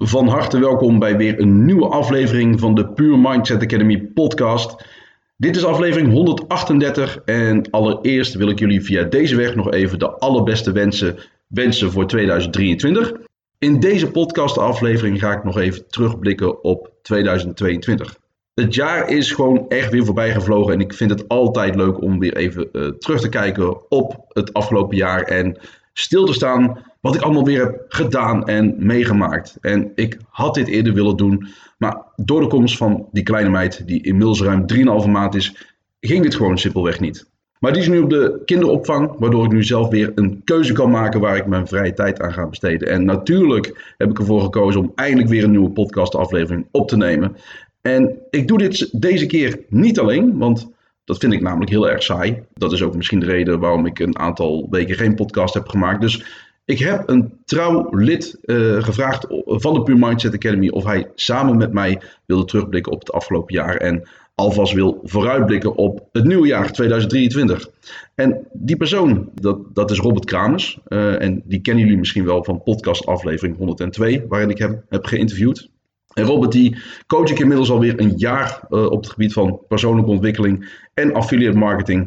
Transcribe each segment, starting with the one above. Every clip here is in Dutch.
Van harte welkom bij weer een nieuwe aflevering van de Pure Mindset Academy podcast. Dit is aflevering 138 en allereerst wil ik jullie via deze weg nog even de allerbeste wensen voor 2023. In deze podcastaflevering ga ik nog even terugblikken op 2022. Het jaar is gewoon echt weer voorbij gevlogen en ik vind het altijd leuk om weer even terug te kijken op het afgelopen jaar en stil te staan wat ik allemaal weer heb gedaan en meegemaakt. En ik had dit eerder willen doen, maar door de komst van die kleine meid die inmiddels ruim 3,5 maand is, ging dit gewoon simpelweg niet. Maar die is nu op de kinderopvang, waardoor ik nu zelf weer een keuze kan maken waar ik mijn vrije tijd aan ga besteden. En natuurlijk heb ik ervoor gekozen om eindelijk weer een nieuwe podcastaflevering op te nemen. En ik doe dit deze keer niet alleen, want dat vind ik namelijk heel erg saai. Dat is ook misschien de reden waarom ik een aantal weken geen podcast heb gemaakt. Dus ik heb een trouw lid gevraagd van de Pure Mindset Academy of hij samen met mij wilde terugblikken op het afgelopen jaar en alvast wil vooruitblikken op het nieuwe jaar 2023. En die persoon, dat is Robert Kramers. En die kennen jullie misschien wel van podcast aflevering 102, waarin ik hem heb geïnterviewd. En Robert die coach ik inmiddels alweer een jaar op het gebied van persoonlijke ontwikkeling en affiliate marketing.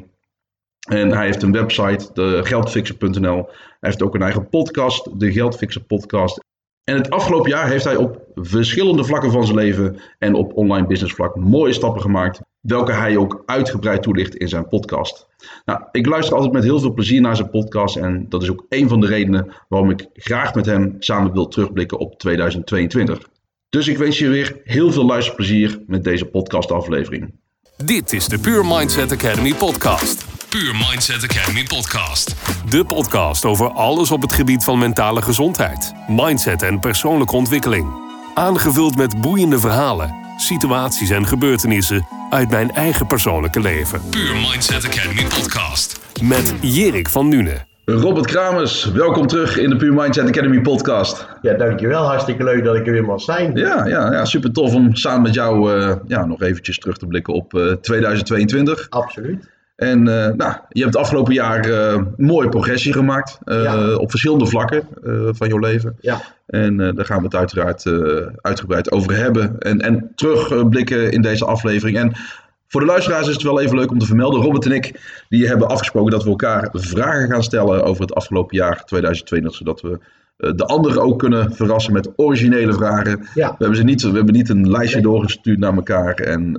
En hij heeft een website, de geldfixer.nl. Hij heeft ook een eigen podcast, de Geldfixer podcast. En het afgelopen jaar heeft hij op verschillende vlakken van zijn leven en op online business vlak mooie stappen gemaakt, welke hij ook uitgebreid toelicht in zijn podcast. Nou, ik luister altijd met heel veel plezier naar zijn podcast en dat is ook een van de redenen waarom ik graag met hem samen wil terugblikken op 2022. Dus ik wens je weer heel veel luisterplezier met deze podcastaflevering. Dit is de Pure Mindset Academy podcast. Pure Mindset Academy podcast. De podcast over alles op het gebied van mentale gezondheid, mindset en persoonlijke ontwikkeling. Aangevuld met boeiende verhalen, situaties en gebeurtenissen uit mijn eigen persoonlijke leven. Pure Mindset Academy podcast. Met Jirik van Nuenen. Robert Kramers, welkom terug in de Pure Mindset Academy podcast. Ja, dankjewel. Hartstikke leuk dat ik er weer mag zijn. Ja, super tof om samen met jou nog eventjes terug te blikken op 2022. Absoluut. En je hebt het afgelopen jaar mooie progressie gemaakt op verschillende vlakken van jouw leven. Ja. En daar gaan we het uiteraard uitgebreid over hebben en terugblikken in deze aflevering. En voor de luisteraars is het wel even leuk om te vermelden. Robert en ik die hebben afgesproken dat we elkaar vragen gaan stellen over het afgelopen jaar 2022. Zodat we de anderen ook kunnen verrassen met originele vragen. Ja. We hebben niet een lijstje doorgestuurd naar elkaar. En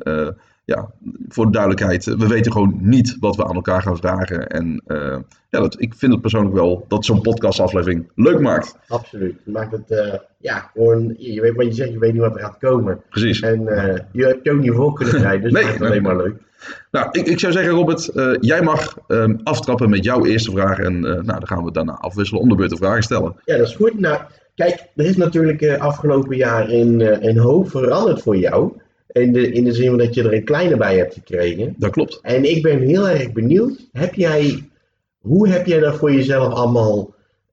voor de duidelijkheid, we weten gewoon niet wat we aan elkaar gaan vragen. En ik vind het persoonlijk wel dat zo'n podcastaflevering leuk maakt. Absoluut. Het maakt het gewoon, je weet wat je zegt, je weet niet wat er gaat komen. Precies. En je hebt je ook niet voor kunnen rijden, dus het maakt het alleen maar leuk. Nou, ik zou zeggen Robert, jij mag aftrappen met jouw eerste vraag. En dan gaan we daarna afwisselen om de beurt de vragen stellen. Ja, dat is goed. Nou, kijk, er is natuurlijk afgelopen jaar een hoop veranderd voor jou. In de zin van dat je er een kleine bij hebt gekregen. Dat klopt. En ik ben heel erg benieuwd, hoe heb jij dat voor jezelf allemaal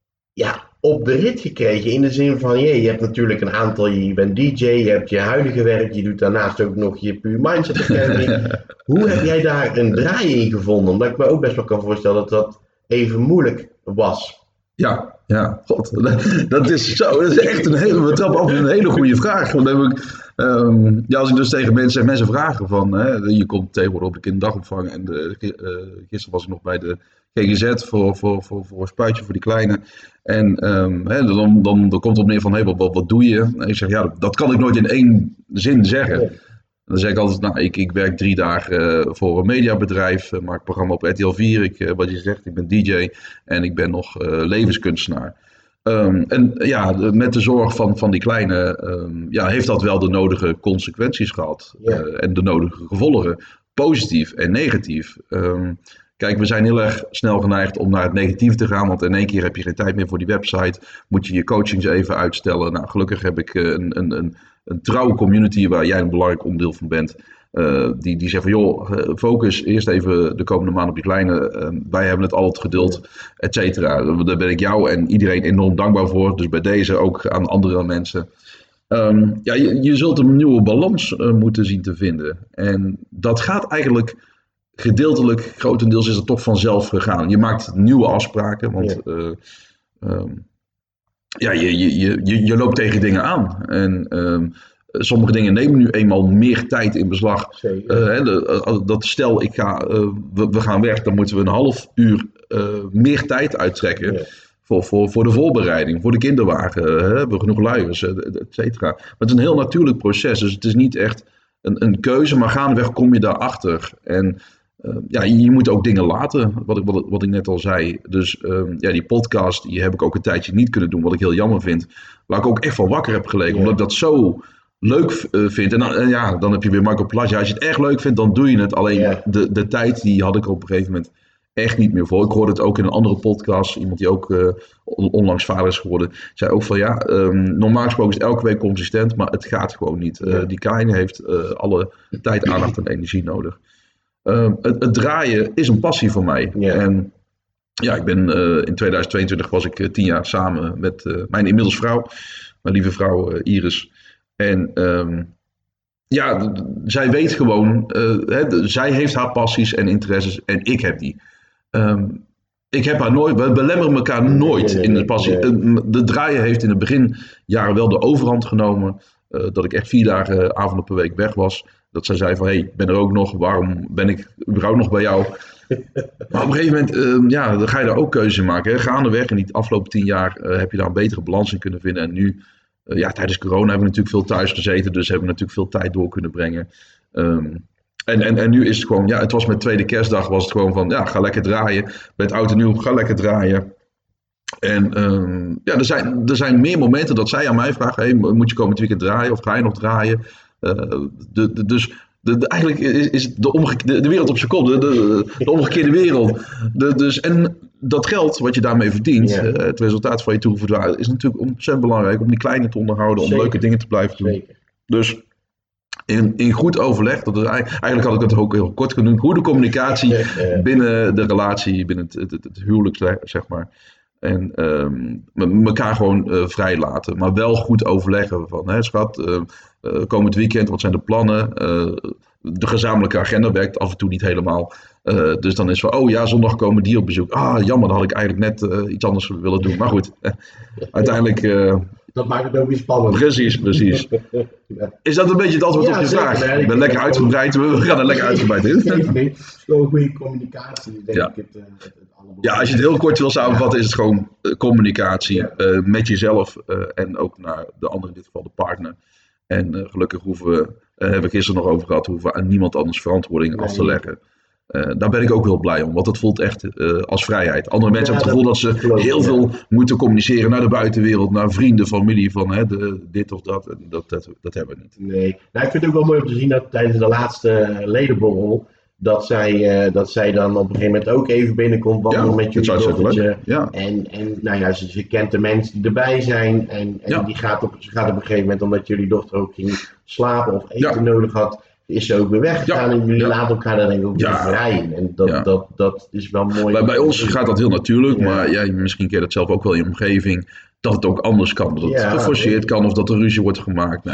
op de rit gekregen? In de zin van, je hebt natuurlijk een aantal, je bent DJ, je hebt je huidige werk, je doet daarnaast ook nog je Pure Mindset Academy. Hoe heb jij daar een draai in gevonden? Omdat ik me ook best wel kan voorstellen dat dat even moeilijk was. Ja, god, dat is echt we trappen af een hele goede vraag. Want dan heb ik, als ik dus tegen mensen vragen van, je komt tegenwoordig op de kinderdagopvang en gisteren was ik nog bij de GGZ voor een spuitje voor die kleine. En dan komt het op neer van, wat doe je? En ik zeg, dat kan ik nooit in één zin zeggen. Ja. Dan zeg ik altijd, ik werk 3 dagen voor een mediabedrijf, maak programma op RTL 4. Wat je zegt, ik ben DJ en ik ben nog levenskunstenaar. Met de zorg van die kleine heeft dat wel de nodige consequenties gehad. Ja. En de nodige gevolgen, positief en negatief. Kijk, we zijn heel erg snel geneigd om naar het negatieve te gaan, want in één keer heb je geen tijd meer voor die website. Moet je coachings even uitstellen. Nou, gelukkig heb ik een trouwe community waar jij een belangrijk onderdeel van bent. Die zeggen van focus eerst even de komende maand op je kleine. Wij hebben het altijd geduld, et cetera. Daar ben ik jou en iedereen enorm dankbaar voor. Dus bij deze ook aan andere mensen. Je zult een nieuwe balans moeten zien te vinden. En dat gaat eigenlijk gedeeltelijk, grotendeels is het toch vanzelf gegaan. Je maakt nieuwe afspraken, want ja, je loopt tegen dingen aan. En sommige dingen nemen nu eenmaal meer tijd in beslag. Dat stel, we gaan weg, dan moeten we een half uur meer tijd uittrekken. Ja. Voor de voorbereiding, voor de kinderwagen. Hebben we genoeg luiers, et cetera. Maar het is een heel natuurlijk proces. Dus het is niet echt een keuze, maar gaandeweg kom je daarachter. En je moet ook dingen laten, wat ik net al zei. Dus die podcast, die heb ik ook een tijdje niet kunnen doen, wat ik heel jammer vind. Waar ik ook echt van wakker heb gelegen, omdat ik dat zo leuk vind. En dan heb je weer Marco Plasja. Als je het echt leuk vindt, dan doe je het. Alleen de tijd, die had ik op een gegeven moment echt niet meer voor. Ik hoorde het ook in een andere podcast. Iemand die ook onlangs vader is geworden. Zei ook van normaal gesproken is het elke week consistent. Maar het gaat gewoon niet. Die kleine heeft alle tijd, aandacht en energie nodig. Het draaien is een passie voor mij. En ik ben in 2022 was ik 10 jaar samen met mijn inmiddels vrouw. Mijn lieve vrouw Iris. En zij weet gewoon, zij heeft haar passies en interesses en ik heb die. Ik heb haar nooit, we belemmeren elkaar nooit in de passie. De draaien heeft in het beginjaren wel de overhand genomen. Dat ik echt 4 dagen avonden per week weg was. Dat zij zei van, ik ben er ook nog, waarom ben ik überhaupt nog bij jou? Maar op een gegeven moment, dan ga je daar ook keuze in maken. Hè. Gaandeweg, in die afgelopen 10 jaar heb je daar een betere balans in kunnen vinden. En nu, tijdens corona hebben we natuurlijk veel thuis gezeten. Dus hebben we natuurlijk veel tijd door kunnen brengen. En nu is het gewoon, het was met tweede kerstdag, was het gewoon van, ga lekker draaien. Met oud en nieuw, ga lekker draaien. En er zijn meer momenten dat zij aan mij vragen, moet je komend weekend draaien of ga je nog draaien? Eigenlijk is het de wereld op zijn kop, de omgekeerde wereld. En dat geld wat je daarmee verdient, het resultaat van je toegevoegde waarde, is natuurlijk ontzettend belangrijk om die kleine te onderhouden, om leuke dingen te blijven doen. Zeker. Dus in goed overleg, dat is eigenlijk had ik het ook heel kort genoemd, goede communicatie binnen de relatie, binnen het huwelijk, zeg maar. En elkaar gewoon vrij laten. Maar wel goed overleggen van, schat, komend weekend, wat zijn de plannen? De gezamenlijke agenda werkt af en toe niet helemaal. Dus dan is van, zondag komen die op bezoek. Jammer, dan had ik eigenlijk net iets anders willen doen. Maar goed, uiteindelijk... dat maakt het ook weer spannend. Precies. Is dat een beetje het antwoord op je vraag? Ik ben lekker uitgebreid. We gaan er lekker uitgebreid in. Gewoon goede communicatie, denk ik het als je het heel kort wil samenvatten, is het gewoon communicatie met jezelf en ook naar de andere, in dit geval de partner. En gelukkig hebben we gisteren nog over gehad, hoeven we aan niemand anders verantwoording af te leggen. Daar ben ik ook heel blij om, want het voelt echt als vrijheid. Andere mensen hebben het gevoel dat ze heel veel moeten communiceren naar de buitenwereld, naar vrienden, familie, van dit of dat. En dat hebben we niet. Nee, ik vind het ook wel mooi om te zien dat tijdens de laatste ledenborrel, dat zij dan op een gegeven moment ook even binnenkomt wandelen met jullie dochtertje. En ze kent de mensen die erbij zijn. En ze gaat op een gegeven moment, omdat jullie dochter ook ging slapen of eten nodig had, is ze ook weer weggegaan. En jullie laten elkaar daar denk ik ook weer vrij in. En dat is wel mooi. Bij ons gaat dat heel natuurlijk, maar misschien ken je dat zelf ook wel in je omgeving, dat het ook anders kan. Dat het geforceerd kan of dat er ruzie wordt gemaakt.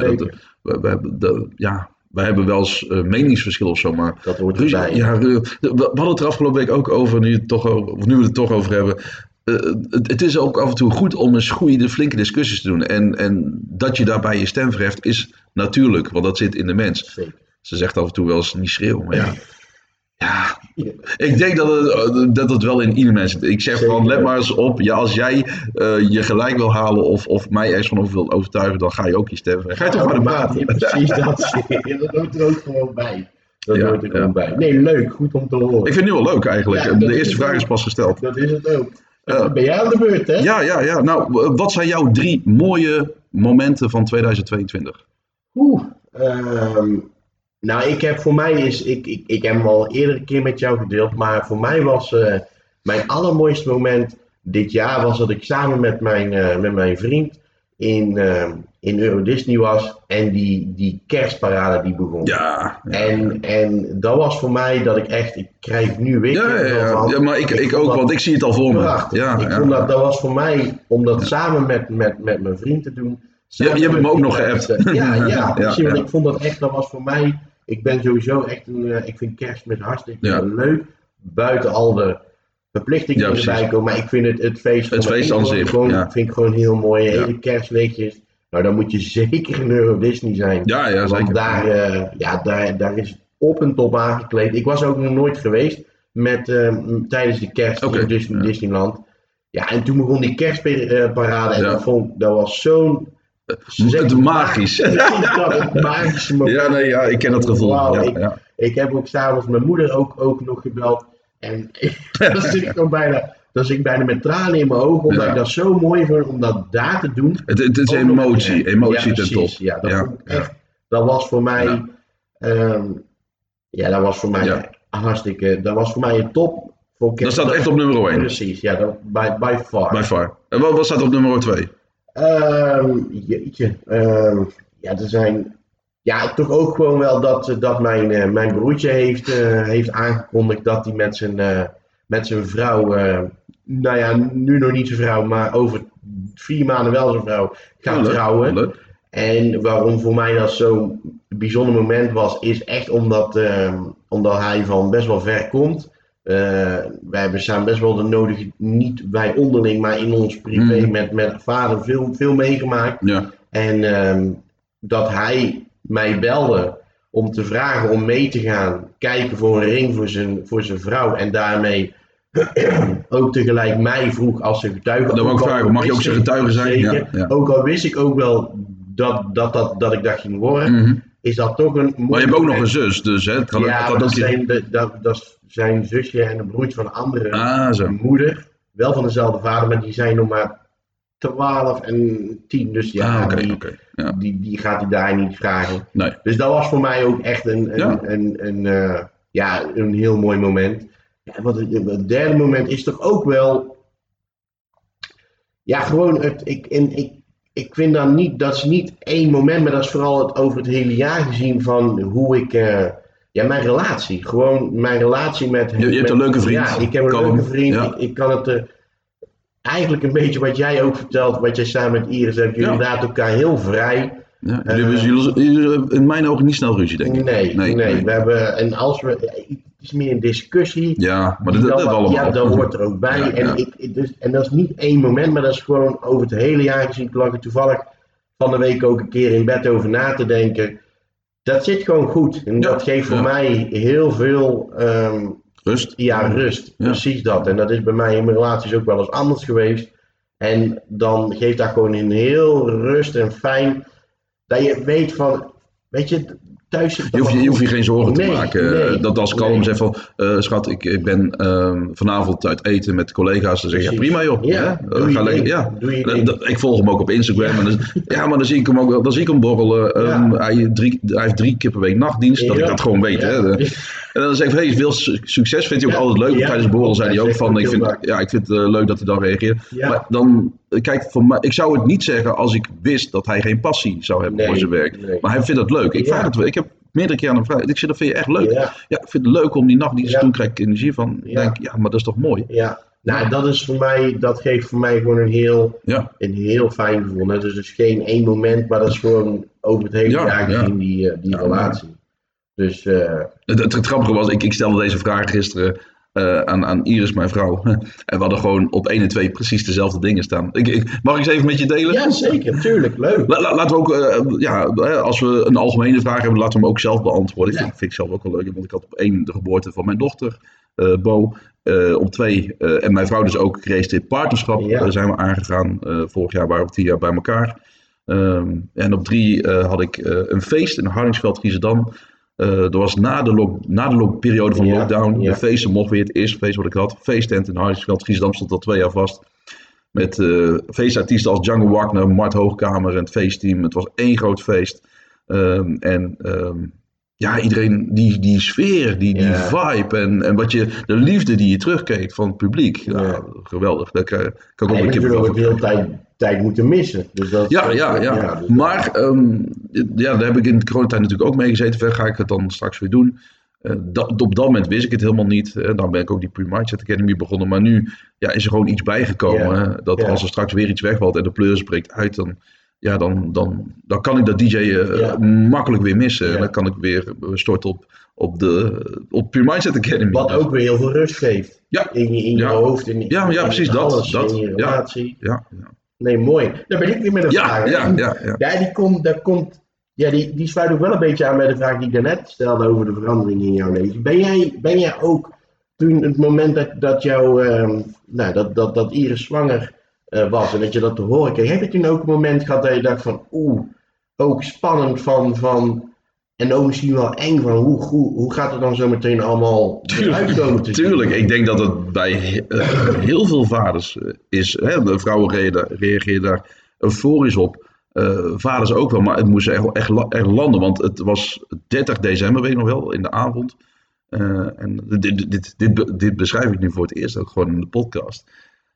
Wij hebben wel eens meningsverschillen of zo, maar dat hoort erbij. We hadden het er afgelopen week ook over, nu we het toch over hebben. Het is ook af en toe goed om eens goede, flinke discussies te doen. En dat je daarbij je stem verheft is natuurlijk, want dat zit in de mens. Zeker. Ze zegt af en toe wel eens niet schreeuwen, maar ik denk dat het wel in ieder mens zit. Ik zeg van, let maar eens op. Als jij je gelijk wil halen of mij ergens van over wilt overtuigen, dan ga je ook je stem. Ga je toch maar praten. Precies dat. Dat hoort er ook gewoon bij. Hoort er gewoon bij. Nee, leuk. Goed om te horen. Ik vind het nu wel leuk eigenlijk. De eerste vraag is pas gesteld. Dat is het ook. Ben jij aan de beurt, hè? Ja. Nou, wat zijn jouw 3 mooie momenten van 2022? Voor mij is, ik heb hem al eerder een keer met jou gedeeld, maar voor mij was mijn allermooiste moment dit jaar was dat ik samen met mijn vriend in Euro Disney was en die kerstparade die begon. En dat was voor mij dat ik krijg nu weer Ja, maar ik ook, want ik zie het al voor me. Ik vond dat was voor mij, om dat samen met mijn vriend te doen. Je hebt hem ook nog geappt. Want ik vond dat echt, dat was voor mij. Ik ben sowieso echt ik vind kerstmis hartstikke leuk. Buiten al de verplichtingen erbij komen. Maar ik vind het feest aan zich vind ik gewoon heel mooi. Hele kerstlichtjes. Nou, dan moet je zeker in Euro Disney zijn. Ja, want zeker. Daar is het op en top aangekleed. Ik was ook nog nooit geweest tijdens de kerst in Disneyland. Ja, en toen begon die kerstparade en dat was zo'n... magisch. Het magische moment. Ik ken dat gevoel. Wow, ik heb ook s'avonds mijn moeder ook nog gebeld. En dan zit ik bijna met tranen in mijn ogen, omdat ik dat zo mooi vond om dat daar te doen. Het is emotie ten top. Ja, dat vond ik echt. Dat was voor mij... dat was voor mij hartstikke... Dat was voor mij een top. Dat staat echt op nummer 1. Precies, by far. By far. En wat staat op nummer 2? Er zijn... Ja, toch ook gewoon wel dat mijn broertje heeft aangekondigd dat hij met zijn vrouw, nu nog niet zijn vrouw, maar over 4 maanden wel zijn vrouw gaat trouwen. Leuk. En waarom voor mij dat zo'n bijzonder moment was, is echt omdat hij van best wel ver komt. Wij hebben samen best wel de nodige, niet wij onderling, maar in ons privé met vader veel meegemaakt. Ja. En dat hij mij belde om te vragen om mee te gaan kijken voor een ring voor zijn vrouw. En daarmee ook tegelijk mij vroeg als ze getuige. Dat wou ik vragen, mag je ook zijn getuige zijn? Ja. Ook al wist ik ook wel dat ik dat ging worden, is dat toch een... Maar je hebt ook nog een zus, dus hè? Dat is zijn zusje en een broertje van een andere moeder. Wel van dezelfde vader, maar die zijn nog maar 12 en 10. Dus die gaat hij daar niet vragen. Nee. Dus dat was voor mij ook echt een heel mooi moment. Ja, het derde moment is toch ook wel... Ja, gewoon ik vind dan niet... Dat is niet één moment, maar dat is vooral over het hele jaar gezien van hoe ik... mijn relatie. Gewoon mijn relatie met... Je hebt een leuke vriend. Ja, ik heb een leuke vriend. Ja. Ik kan het... eigenlijk een beetje wat jij ook vertelt, wat jij samen met Iris hebt. Jullie laten elkaar heel vrij. Ja, jullie in mijn ogen niet snel ruzie, denk ik. Nee. We hebben... En als we... Het is meer een discussie. Ja, maar dat allemaal. Ja, dat hoort er ook bij. En dat is niet één moment, maar dat is gewoon over het hele jaar gezien. Ik lag er toevallig van de week ook een keer in bed over na te denken. Dat zit gewoon goed. En dat geeft voor mij heel veel... rust. Ja, rust. Ja. Precies dat. En dat is bij mij in mijn relaties ook wel eens anders geweest. En dan geeft dat gewoon een heel rust en fijn. Dat je weet van... Weet je, thuis... Je hoeft je geen zorgen te maken. Dat als Kalm zegt van... schat, ik ben vanavond uit eten met collega's. Dan zeg je, prima joh. Ja, ga lekker, ik volg hem ook op Instagram. Maar dan zie ik hem ook dan zie ik hem borrelen. Hij heeft 3 keer per week nachtdienst. Dat ik dat gewoon weet. Hè. En dan zeg ik, hey, veel succes. Vindt hij ook altijd leuk. Tijdens de borrel zei hij ook van... Ik vind het leuk dat hij dan reageert. Ja. Maar dan... Kijk, voor mij, ik zou het niet zeggen als ik wist dat hij geen passie zou hebben voor zijn werk. Nee. Maar hij vindt het leuk. Ik vraag het wel. Ik heb meerdere keer aan hem gevraagd. Ik zeg, dat vind je echt leuk. Ja, ik vind het leuk om die nachtdienst te doen. Krijg ik energie van. Denk, maar dat is toch mooi. Ja. Nou, dat is voor mij, dat geeft voor mij gewoon een heel fijn gevoel. Dus het is geen één moment, maar dat is gewoon over het hele jaar gezien die relatie. Dus, het grappige was, ik stelde deze vraag gisteren aan Iris, mijn vrouw. En we hadden gewoon op 1 en 2 precies dezelfde dingen staan. Mag ik ze even met je delen? Ja, zeker. Tuurlijk. Leuk. Laten we ook, als we een algemene vraag hebben, laten we hem ook zelf beantwoorden. Ja. Vind ik zelf ook wel leuk. Want ik had op 1 de geboorte van mijn dochter, Bo. Op 2, en mijn vrouw dus ook, geregistreerd partnerschap. Zijn we aangegaan. Vorig jaar waren we 10 jaar bij elkaar. En op 3 had ik een feest in Hardingsveld, Giesendam. Dat was na de periode van lockdown. De feesten mocht weer het eerste feest wat ik had. Feesttent in Hardingsveld, Giesendam stond al 2 jaar vast. Met feestartiesten als Django Wagner, Mart Hoogkamer en het feestteam. Het was 1 groot feest. Iedereen, die sfeer, die vibe en de liefde die je terugkreeg van het publiek. Ja, geweldig. Daar kan ik ook een keer van de hele tijd moeten missen. Dus dat Dus maar daar heb ik in de coronatijd natuurlijk ook mee gezeten. Verder ga ik het dan straks weer doen. Op dat moment wist ik het helemaal niet. Dan ben ik ook die Pure Mindset Academy begonnen. Maar nu is er gewoon iets bijgekomen. Dat als er straks weer iets wegvalt en de pleuris breekt uit, dan ja, dan kan ik dat DJ makkelijk weer missen. Ja. En dan kan ik weer storten op Pure Mindset Academy. Wat ook weer heel veel rust geeft. Ja. In je hoofd. In precies alles, dat. in je relatie. Ja. Nee, mooi. Dan ben ik weer met een vraag. Ja, die sluit ook wel een beetje aan bij de vraag die ik daarnet stelde over de verandering in jouw leven. Ben jij ook toen het moment dat dat Iris zwanger was en dat je dat te horen kreeg, heb je toen ook een moment gehad dat je dacht van ook spannend van en ook misschien wel eng van hoe gaat het dan zo meteen allemaal eruit komen te zien? Tuurlijk, ik denk dat het bij heel veel vaders is. Hè? De vrouwen reageren daar euforisch op. Vaders ook wel, maar het moest echt landen. Want het was 30 december, weet ik nog wel, in de avond. En dit beschrijf ik nu voor het eerst ook gewoon in de podcast.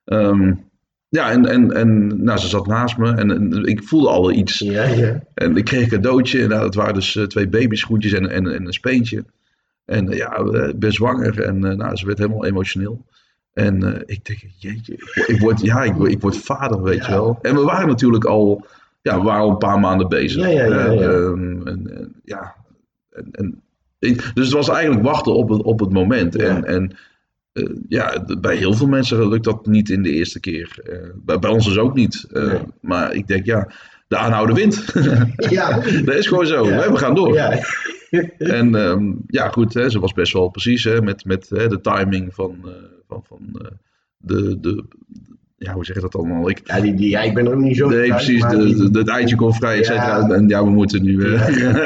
Ze zat naast me en ik voelde al iets. Ja. En ik kreeg een cadeautje. En dat waren dus 2 babyschoentjes en een speentje. En ik ben zwanger en ze werd helemaal emotioneel. En ik denk, jeetje, ik word vader, weet je wel. En we waren natuurlijk al een paar maanden bezig. Dus het was eigenlijk wachten op het moment. Ja. Bij heel veel mensen lukt dat niet in de eerste keer. Bij ons dus ook niet. Maar ik denk, de aanhouden wint. Ja. Dat is gewoon zo. Ja. We gaan door. Ja. En goed, ze was best wel precies met de timing van hoe zeg je dat allemaal? Ik ben er ook niet zo. Nee, precies. Het eitje komt vrij, et cetera. En we moeten nu. Nee,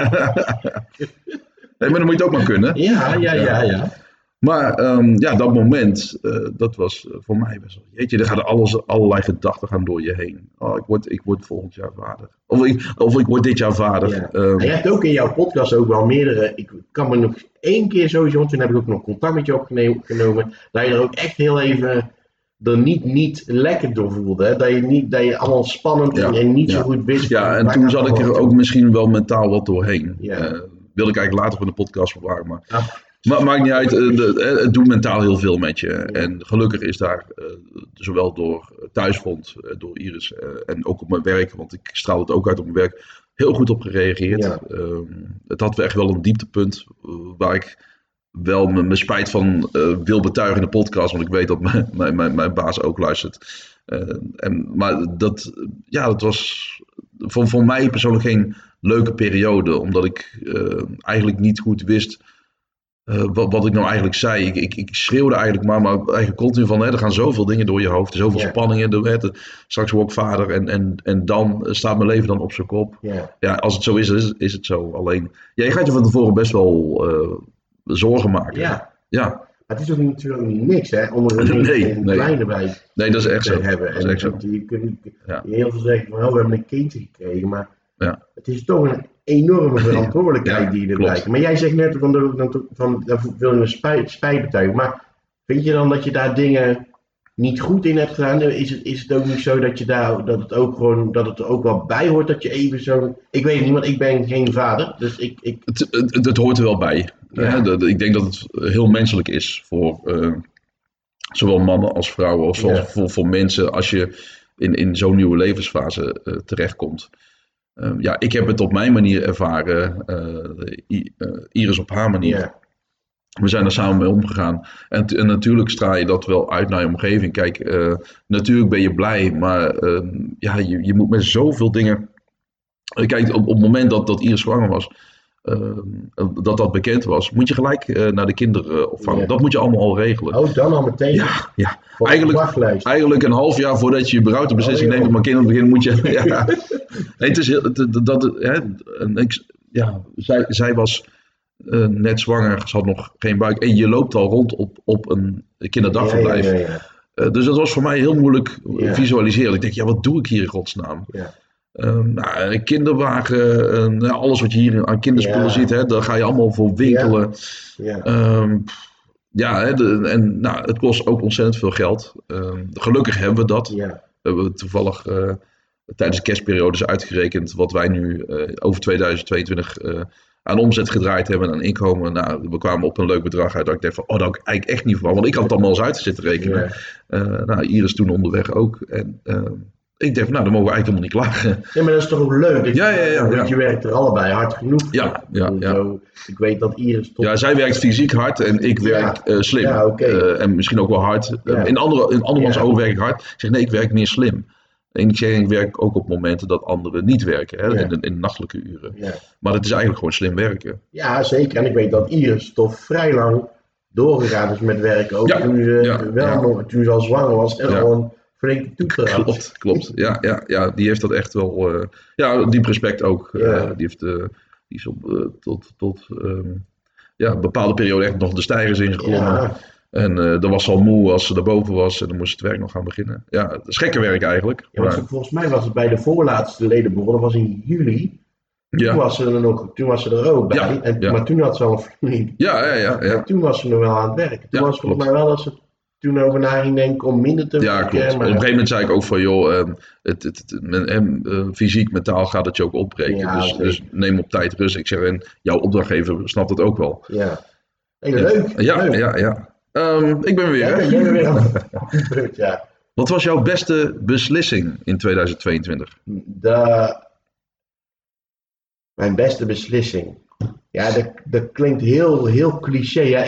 maar dan moet je het ook maar kunnen. Ja. Maar dat moment, dat was voor mij best wel. Jeetje, er gaan allerlei gedachten gaan door je heen. Ik word volgend jaar vader. Of ik word dit jaar vader. Ja. En je hebt ook in jouw podcast ook wel meerdere. Ik kan me nog 1 keer sowieso, want toen heb ik ook nog contact met je opgenomen. Dat je er ook echt heel even er niet lekker door voelde. Hè? Dat je allemaal spannend en niet zo goed wist. Ja, en toen zat ik er ook misschien wel mentaal wat doorheen. Ja. Wilde ik eigenlijk later van de podcast bewaren. Maar maakt niet uit, het doet mentaal heel veel met je. En gelukkig is daar zowel door Thuisfront, door Iris en ook op mijn werk, want ik straal het ook uit op mijn werk, heel goed op gereageerd. Ja. Het had echt wel een dieptepunt waar ik wel mijn spijt van wil betuigen in de podcast, want ik weet dat mijn baas ook luistert. Maar dat was voor mij persoonlijk geen leuke periode, omdat ik eigenlijk niet goed wist wat ik nou eigenlijk zei. Ik schreeuwde eigenlijk eigenlijk continu van, er gaan zoveel dingen door je hoofd, zoveel spanningen. Straks word ik vader en dan staat mijn leven dan op zijn kop. Ja, als het zo is het zo. Alleen, je gaat je van tevoren best wel zorgen maken. Ja. Maar het is ook natuurlijk niks, hè, om er een kleine bij dat is echt te hebben. Dat is echt zo. Je kunt heel veel zeggen van, we hebben een kindje gekregen, maar het is toch een enorme verantwoordelijkheid die je erbij krijgt. Maar jij zegt net van daar wil je een spijt betuigen. Maar vind je dan dat je daar dingen niet goed in hebt gedaan? Is het ook niet zo dat je dat het ook wel bij hoort dat je even zo. Ik weet niet, want ik ben geen vader, dus Het hoort er wel bij. Ja. Ik denk dat het heel menselijk is voor zowel mannen als vrouwen, of voor mensen als je in zo'n nieuwe levensfase terechtkomt. Ik heb het op mijn manier ervaren, Iris op haar manier. Ja. We zijn er samen mee omgegaan. En natuurlijk straal je dat wel uit naar je omgeving. Kijk, natuurlijk ben je blij, maar je moet met zoveel dingen. Kijk, op het moment dat Iris zwanger was, dat bekend was, moet je gelijk naar de kinderopvang. Dat moet je allemaal al regelen. Oh, dan al meteen? Ja. Eigenlijk een half jaar voordat je überhaupt de beslissing neemt om een kind te beginnen, moet je. Nee, het is zij was net zwanger, ze had nog geen buik en je loopt al rond op een kinderdagverblijf. Dus dat was voor mij heel moeilijk visualiseren. Ik denk, wat doe ik hier in godsnaam? Een kinderwagen, alles wat je hier aan kinderspullen ziet, daar ga je allemaal voor winkelen. Het kost ook ontzettend veel geld. Gelukkig hebben we dat. We hebben toevallig tijdens de kerstperiode uitgerekend wat wij nu over 2022 aan omzet gedraaid hebben en aan inkomen. We kwamen op een leuk bedrag uit dat ik dacht van, dat had ik eigenlijk echt niet van, want ik had het allemaal eens uit zitten rekenen. Iris toen onderweg ook. En ik denk, nou, dan mogen we eigenlijk helemaal niet klagen. Ja, maar dat is toch ook leuk? Dat Ja. je werkt er allebei hard genoeg voor. Ja. Zo, ik weet dat Iris toch... Ja, zij werkt fysiek hard en ik werk slim. Ja, okay. En misschien ook wel hard. Ja. In andermans ogen werk ik hard. Ik zeg, nee, ik werk meer slim. En ik werk ook op momenten dat anderen niet werken. Hè, in de nachtelijke uren. Ja. Maar het is eigenlijk gewoon slim werken. Ja, zeker. En ik weet dat Iris toch vrij lang doorgegaan is met werken. Ook toen ze al zwanger was en gewoon flink toeter had. Klopt. Ja, die heeft dat echt wel... diep respect ook. Die is tot een bepaalde periode echt nog de steigers ingeklommen. Ja. En dan was ze al moe als ze daarboven was. En dan moest het werk nog gaan beginnen. Ja, het is gekke werk eigenlijk. Ja, maar volgens mij was het bij de voorlaatste ledenborrel. Dat was in juli. Toen was ze er ook bij. Maar toen had ze al een flink. Ja. En toen was ze nog wel aan het werken. Toen was volgens mij wel dat ze toen over na ging denken om minder te werken. Ja, klopt. Maar op een gegeven moment zei ik ook van, joh, fysiek, mentaal gaat het je ook opbreken. Ja, dus neem op tijd rust. Ik zeg, en jouw opdrachtgever snapt het ook wel. Ja. Hey, leuk. Ja. Ik ben weer. Jij bent weer aan de beurt, ja. Wat was jouw beste beslissing in 2022? Mijn beste beslissing. Ja, dat klinkt heel cliché. Ja,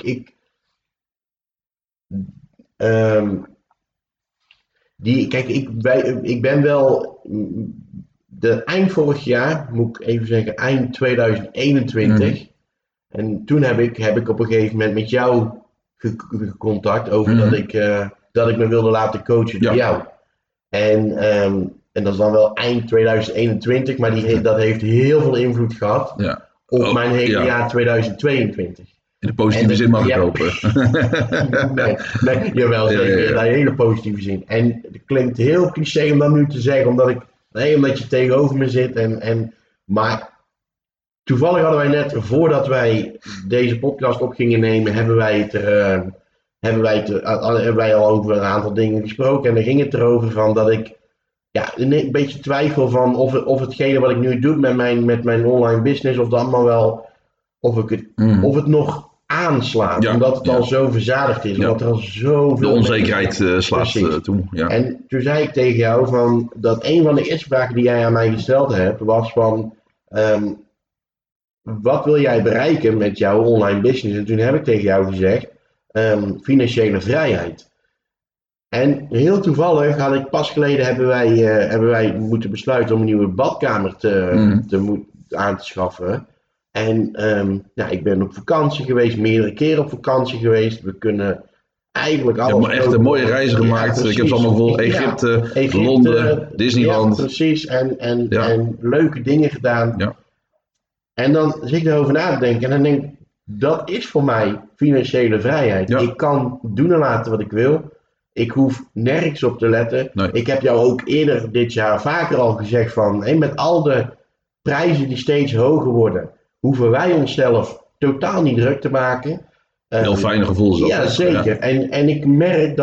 ik ben wel eind vorig jaar, moet ik even zeggen, eind 2021. En toen heb ik op een gegeven moment met jou contact over dat ik me wilde laten coachen door jou. En dat is dan wel eind 2021, maar dat heeft heel veel invloed gehad op mijn hele jaar 2022. In de positieve zin mag ik hopen. Nee, jawel, zeker. In de hele positieve zin. En het klinkt heel cliché om dat nu te zeggen, omdat je tegenover me zit. Maar toevallig hadden wij net, voordat wij deze podcast op gingen nemen, hebben wij al over een aantal dingen gesproken. En dan ging het erover van dat ik een beetje twijfel van of hetgene wat ik nu doe met mijn online business, of dat allemaal wel, of het nog aanslaat. Omdat het al zo verzadigd is. Omdat er al zoveel... De onzekerheid slaat toe. Ja. En toen zei ik tegen jou dat een van de eerste vragen die jij aan mij gesteld hebt, was van... wat wil jij bereiken met jouw online business? En toen heb ik tegen jou gezegd, financiële vrijheid. En heel toevallig had ik pas geleden hebben wij moeten besluiten om een nieuwe badkamer aan te schaffen. En ik ben op vakantie geweest, meerdere keren op vakantie geweest. We kunnen eigenlijk alles... Je hebt echt een mooie reizen gemaakt. Ja, ik heb ze allemaal vol. Egypte, Londen, Disneyland. Ja, precies. En leuke dingen gedaan. Ja. En dan zit ik erover na te denken. En dan denk ik, dat is voor mij financiële vrijheid. Ja. Ik kan doen en laten wat ik wil. Ik hoef nergens op te letten. Nee. Ik heb jou ook eerder dit jaar vaker al gezegd van... met al de prijzen die steeds hoger worden... hoeven wij onszelf totaal niet druk te maken. Heel fijne gevoel is dat. Ja, zeker. Ja. En ik merk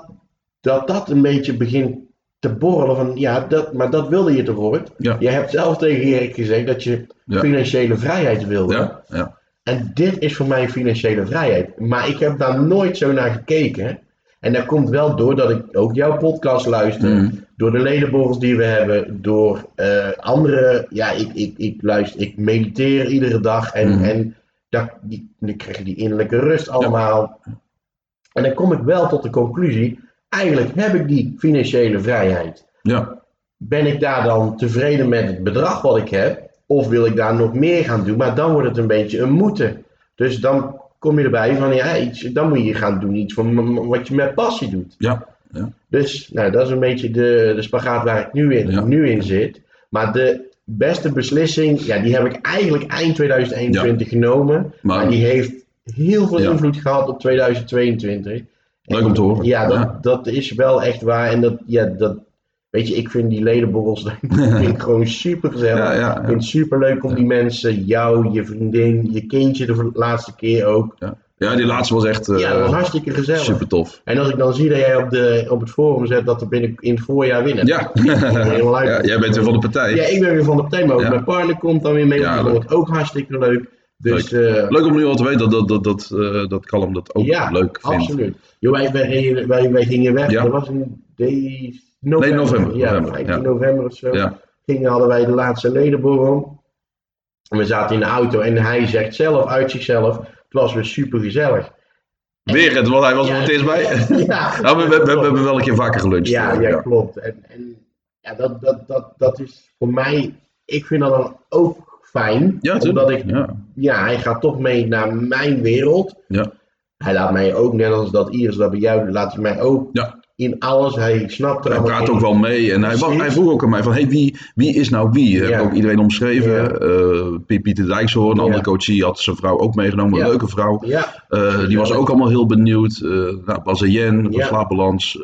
dat een beetje begint te borrelen van... maar dat wilde je toch ooit? Ja. Je hebt zelf tegen Erik gezegd dat je financiële vrijheid wilde. Ja. En dit is voor mij financiële vrijheid. Maar ik heb daar nooit zo naar gekeken... En dat komt wel doordat ik ook jouw podcast luister. Door de ledenborrels die we hebben. Door andere... Ja, ik mediteer iedere dag. En dan krijg je die innerlijke rust allemaal. Ja. En dan kom ik wel tot de conclusie. Eigenlijk heb ik die financiële vrijheid. Ja. Ben ik daar dan tevreden met het bedrag wat ik heb? Of wil ik daar nog meer gaan doen? Maar dan wordt het een beetje een moeten. Dus dan... kom je erbij van, dan moet je gaan doen iets van wat je met passie doet. Ja. Dus, dat is een beetje de spagaat waar ik nu in zit. Maar de beste beslissing, die heb ik eigenlijk eind 2021 genomen. Maar die heeft heel veel invloed gehad op 2022. Leuk om te horen. Ja, dat is wel echt waar. En weet je, ik vind die ledenborrels gewoon super gezellig. Ik vind het super leuk om die mensen, jou, je vriendin, je kindje de laatste keer ook. Ja, die laatste was echt dat was hartstikke gezellig. Super tof. En als ik dan zie dat jij op het forum zet dat er in het voorjaar winnen. Ja. Jij bent weer van de partij. Ja, ik ben weer van de partij, maar ook mijn partner komt dan weer mee. Dat wordt ook hartstikke leuk. Dus, leuk om nu al te weten dat Callum dat ook leuk vindt. Absoluut. Wij gingen weg. Dat was in november. Ja, 15 november of zo. Ja. Hadden wij de laatste ledenborrel. We zaten in de auto en hij zegt zelf uit zichzelf, het was weer super gezellig. Weer het, want hij was er het eerst bij. Ja, we hebben wel een keer vaker geluncht. Ja, klopt. En dat is voor mij, ik vind dat dan ook fijn. Ja, omdat hij gaat toch mee naar mijn wereld. Ja. Hij laat mij ook, net als dat Iris dat bij jou, laat hij mij ook in alles. Hij snapt er. Hij praat ook wel mee. En hij vroeg ook aan mij van, wie is nou wie? Heb ik ook iedereen omschreven. Ja. Pieter Dijkshoorn, een andere coachie, had zijn vrouw ook meegenomen. Een leuke vrouw. Ja. Die was ook allemaal heel benieuwd. Bas en Jen, van Slaapbalans.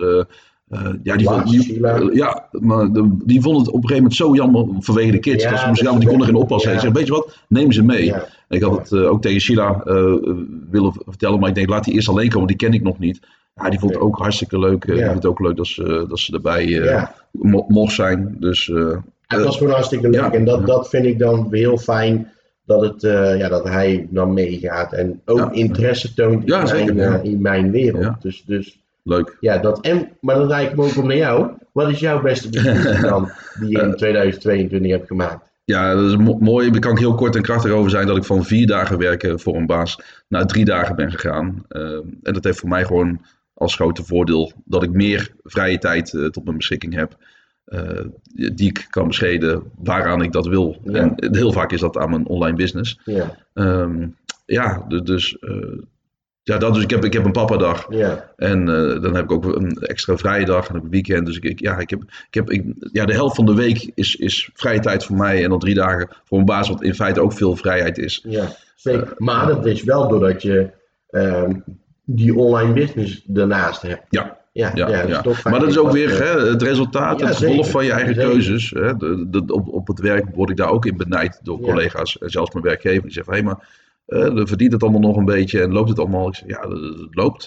Die vond het op een gegeven moment zo jammer vanwege de kids. Die konden geen oppassen. Ik zeg, weet je wat, neem ze mee. Ja. Ik had het ook tegen Sheila willen vertellen, maar ik denk, laat die eerst alleen komen, die ken ik nog niet. Ja, die vond het ook hartstikke leuk. Die vond het ook leuk dat ze erbij mocht zijn. Dus, het was gewoon hartstikke leuk. En dat vind ik dan heel fijn. Dat hij dan meegaat. En ook interesse toont in mijn wereld. Ja. Dus leuk. Ja, maar dan draai ik hem ook om naar jou. Wat is jouw beste beslissing dan die je in 2022 hebt gemaakt? Ja, dat is mooi. Daar kan ik heel kort en krachtig over zijn dat ik van 4 dagen werken voor een baas naar 3 dagen ben gegaan. En dat heeft voor mij gewoon als grote voordeel dat ik meer vrije tijd tot mijn beschikking heb. Die ik kan besteden waaraan ik dat wil. Ja. En heel vaak is dat aan mijn online business. Ja. Dus ik heb een papadag. Ja. En dan heb ik ook een extra vrije dag. En heb ik weekend. Dus de helft van de week is vrije tijd voor mij. En dan 3 dagen voor een baas. Wat in feite ook veel vrijheid is. Ja, zeker. Maar dat is wel doordat je die online business ernaast hebt. Ja. Maar dat is ook weer het resultaat, het gevolg van je eigen keuzes. Hè. Op het werk word ik daar ook in benijd door collega's en zelfs mijn werkgever. Die zeggen, maar verdient het allemaal nog een beetje en loopt het allemaal? Ik zeg, het loopt.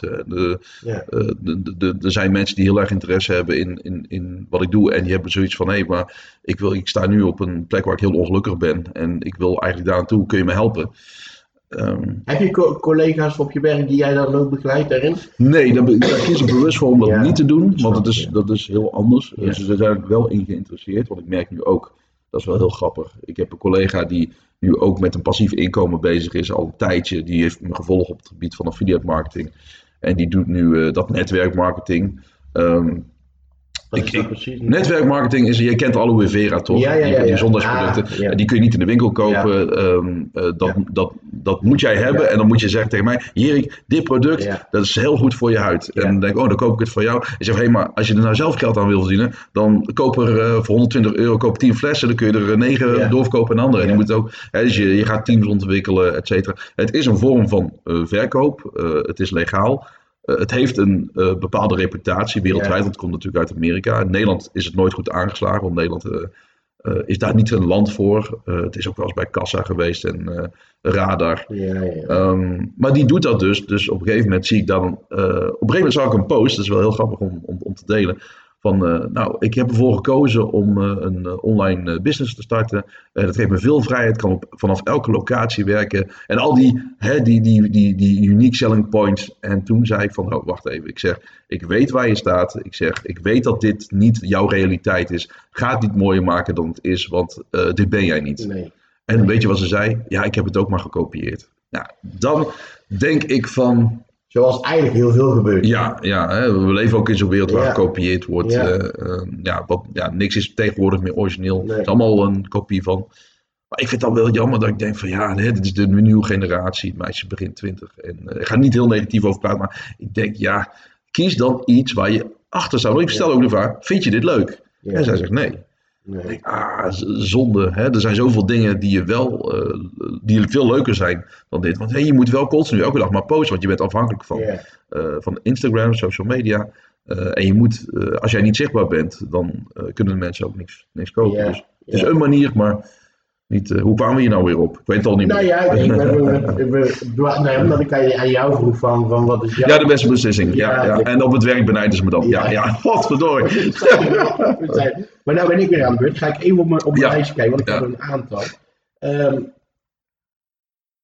Er zijn mensen die heel erg interesse hebben in wat ik doe en die hebben zoiets van, maar ik sta nu op een plek waar ik heel ongelukkig ben en ik wil eigenlijk daar naartoe, kun je me helpen? Heb je collega's op je werk die jij dan ook begeleidt daarin? Nee, daar kies ik bewust voor om dat niet te doen, want dat is heel anders. Ja. Dus daar zijn ik wel in geïnteresseerd, want ik merk nu ook, dat is wel heel grappig. Ik heb een collega die nu ook met een passief inkomen bezig is al een tijdje. Die heeft me gevolgd op het gebied van affiliate marketing. En die doet nu dat netwerkmarketing. Netwerkmarketing is, je kent aloe vera toch? Die zondagsproducten. Die kun je niet in de winkel kopen. Dat moet jij hebben. En dan moet je zeggen tegen mij, Erik, dit product, dat is heel goed voor je huid. En dan denk ik, dan koop ik het voor jou. En zeg, maar als je er nou zelf geld aan wil verdienen, dan koop er voor €120, koop 10 flessen. Dan kun je er 9 doorverkopen aan anderen. En je moet ook, dus je gaat teams ontwikkelen, et cetera. Het is een vorm van verkoop. Het is legaal. Het heeft een bepaalde reputatie wereldwijd, want het komt natuurlijk uit Amerika. In Nederland is het nooit goed aangeslagen, want Nederland is daar niet een land voor. Het is ook wel eens bij Kassa geweest en Radar. Maar die doet dat dus. Dus op een gegeven moment zie ik dan... op een gegeven moment zag ik een post, dat is wel heel grappig om te delen. Van, ik heb ervoor gekozen om een online business te starten. Dat geeft me veel vrijheid, kan vanaf elke locatie werken. En al die unique selling points. En toen zei ik van, wacht even. Ik zeg, ik weet waar je staat. Ik weet dat dit niet jouw realiteit is. Ga het niet mooier maken dan het is, want dit ben jij niet. Nee. En weet je wat ze zei? Ja, ik heb het ook maar gekopieerd. Nou, dan denk ik van... Zoals eigenlijk heel veel gebeurt. We leven ook in zo'n wereld waar gekopieerd wordt. Niks is tegenwoordig meer origineel. Het is allemaal een kopie van. Maar ik vind het dan wel jammer dat ik denk van dit is de nieuwe generatie. Meisje begin 20. En ik ga niet heel negatief over praten, maar ik denk kies dan iets waar je achter staat. Want ik stel ook de vraag, vind je dit leuk? Ja. En zij zegt nee. Ik denk, zonde. Er zijn zoveel dingen die die veel leuker zijn dan dit. Want je moet wel continu elke dag maar posten, want je bent afhankelijk van Instagram, social media. En je moet, als jij niet zichtbaar bent, dan kunnen de mensen ook niks kopen. Dus het is een manier, maar niet, hoe kwamen we hier nou weer op? Ik weet het al niet meer. Omdat ik aan jou vroeg van wat is jouw... Ja, de beste beslissing. En op het werk benijden ze me dan. Godverdorie. Maar nou ben ik weer aan de beurt. Ga ik even op mijn lijstje kijken, want ik heb een aantal.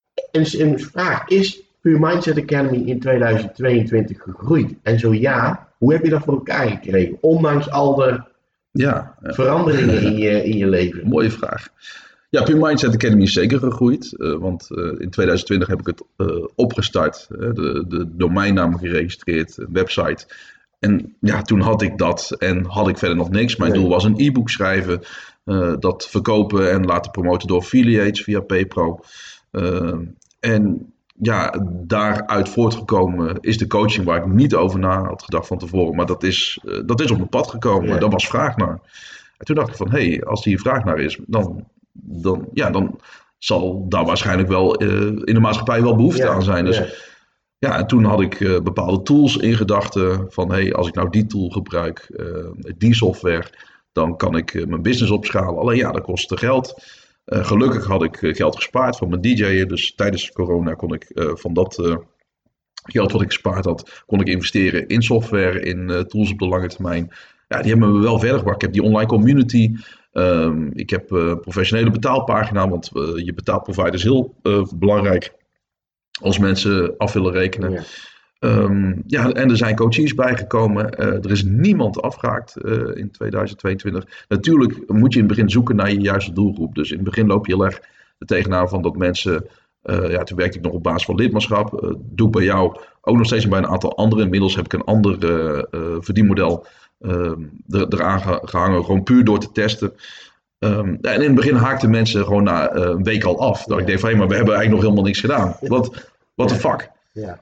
Een vraag, is Pure Mindset Academy in 2022 gegroeid? En zo ja, Hoe heb je dat voor elkaar gekregen? Ondanks al de veranderingen in je leven. Mooie vraag. Ja, Pure Mindset Academy is zeker gegroeid. Want in 2020 heb ik het opgestart. De domeinnaam geregistreerd, website. En ja, toen had ik dat en had ik verder nog niks. Mijn doel was een e-book schrijven. Dat verkopen en laten promoten door affiliates via PayPro. En ja, daaruit voortgekomen is de coaching waar ik niet over na had gedacht van tevoren. Maar dat is op mijn pad gekomen. Ja. Daar was vraag naar. En toen dacht ik van, als hier vraag naar is, dan zal daar waarschijnlijk wel in de maatschappij wel behoefte aan zijn. Dus ja, en toen had ik bepaalde tools in gedachten van, als ik nou die tool gebruik, die software, dan kan ik mijn business opschalen. Alleen ja, dat kostte geld. Gelukkig had ik geld gespaard van mijn DJ'en. Dus tijdens corona kon ik van dat geld wat ik gespaard had, kon ik investeren in software, in tools op de lange termijn. Ja, die hebben me wel verder gebracht. Ik heb die online community. Ik heb een professionele betaalpagina, want je betaalprovider is heel belangrijk als mensen af willen rekenen. Ja. En er zijn coaches bijgekomen. Er is niemand afgehaakt in 2022. Natuurlijk moet je in het begin zoeken naar je juiste doelgroep. Dus in het begin loop je heel erg er tegenaan van dat mensen... toen werkte ik nog op basis van lidmaatschap. Doe ik bij jou ook nog steeds en bij een aantal anderen. Inmiddels heb ik een ander verdienmodel eraan gehangen. Gewoon puur door te testen. En in het begin haakten mensen gewoon na een week al af. Dat ik denk van, maar we hebben eigenlijk nog helemaal niks gedaan. What the fuck? Ja.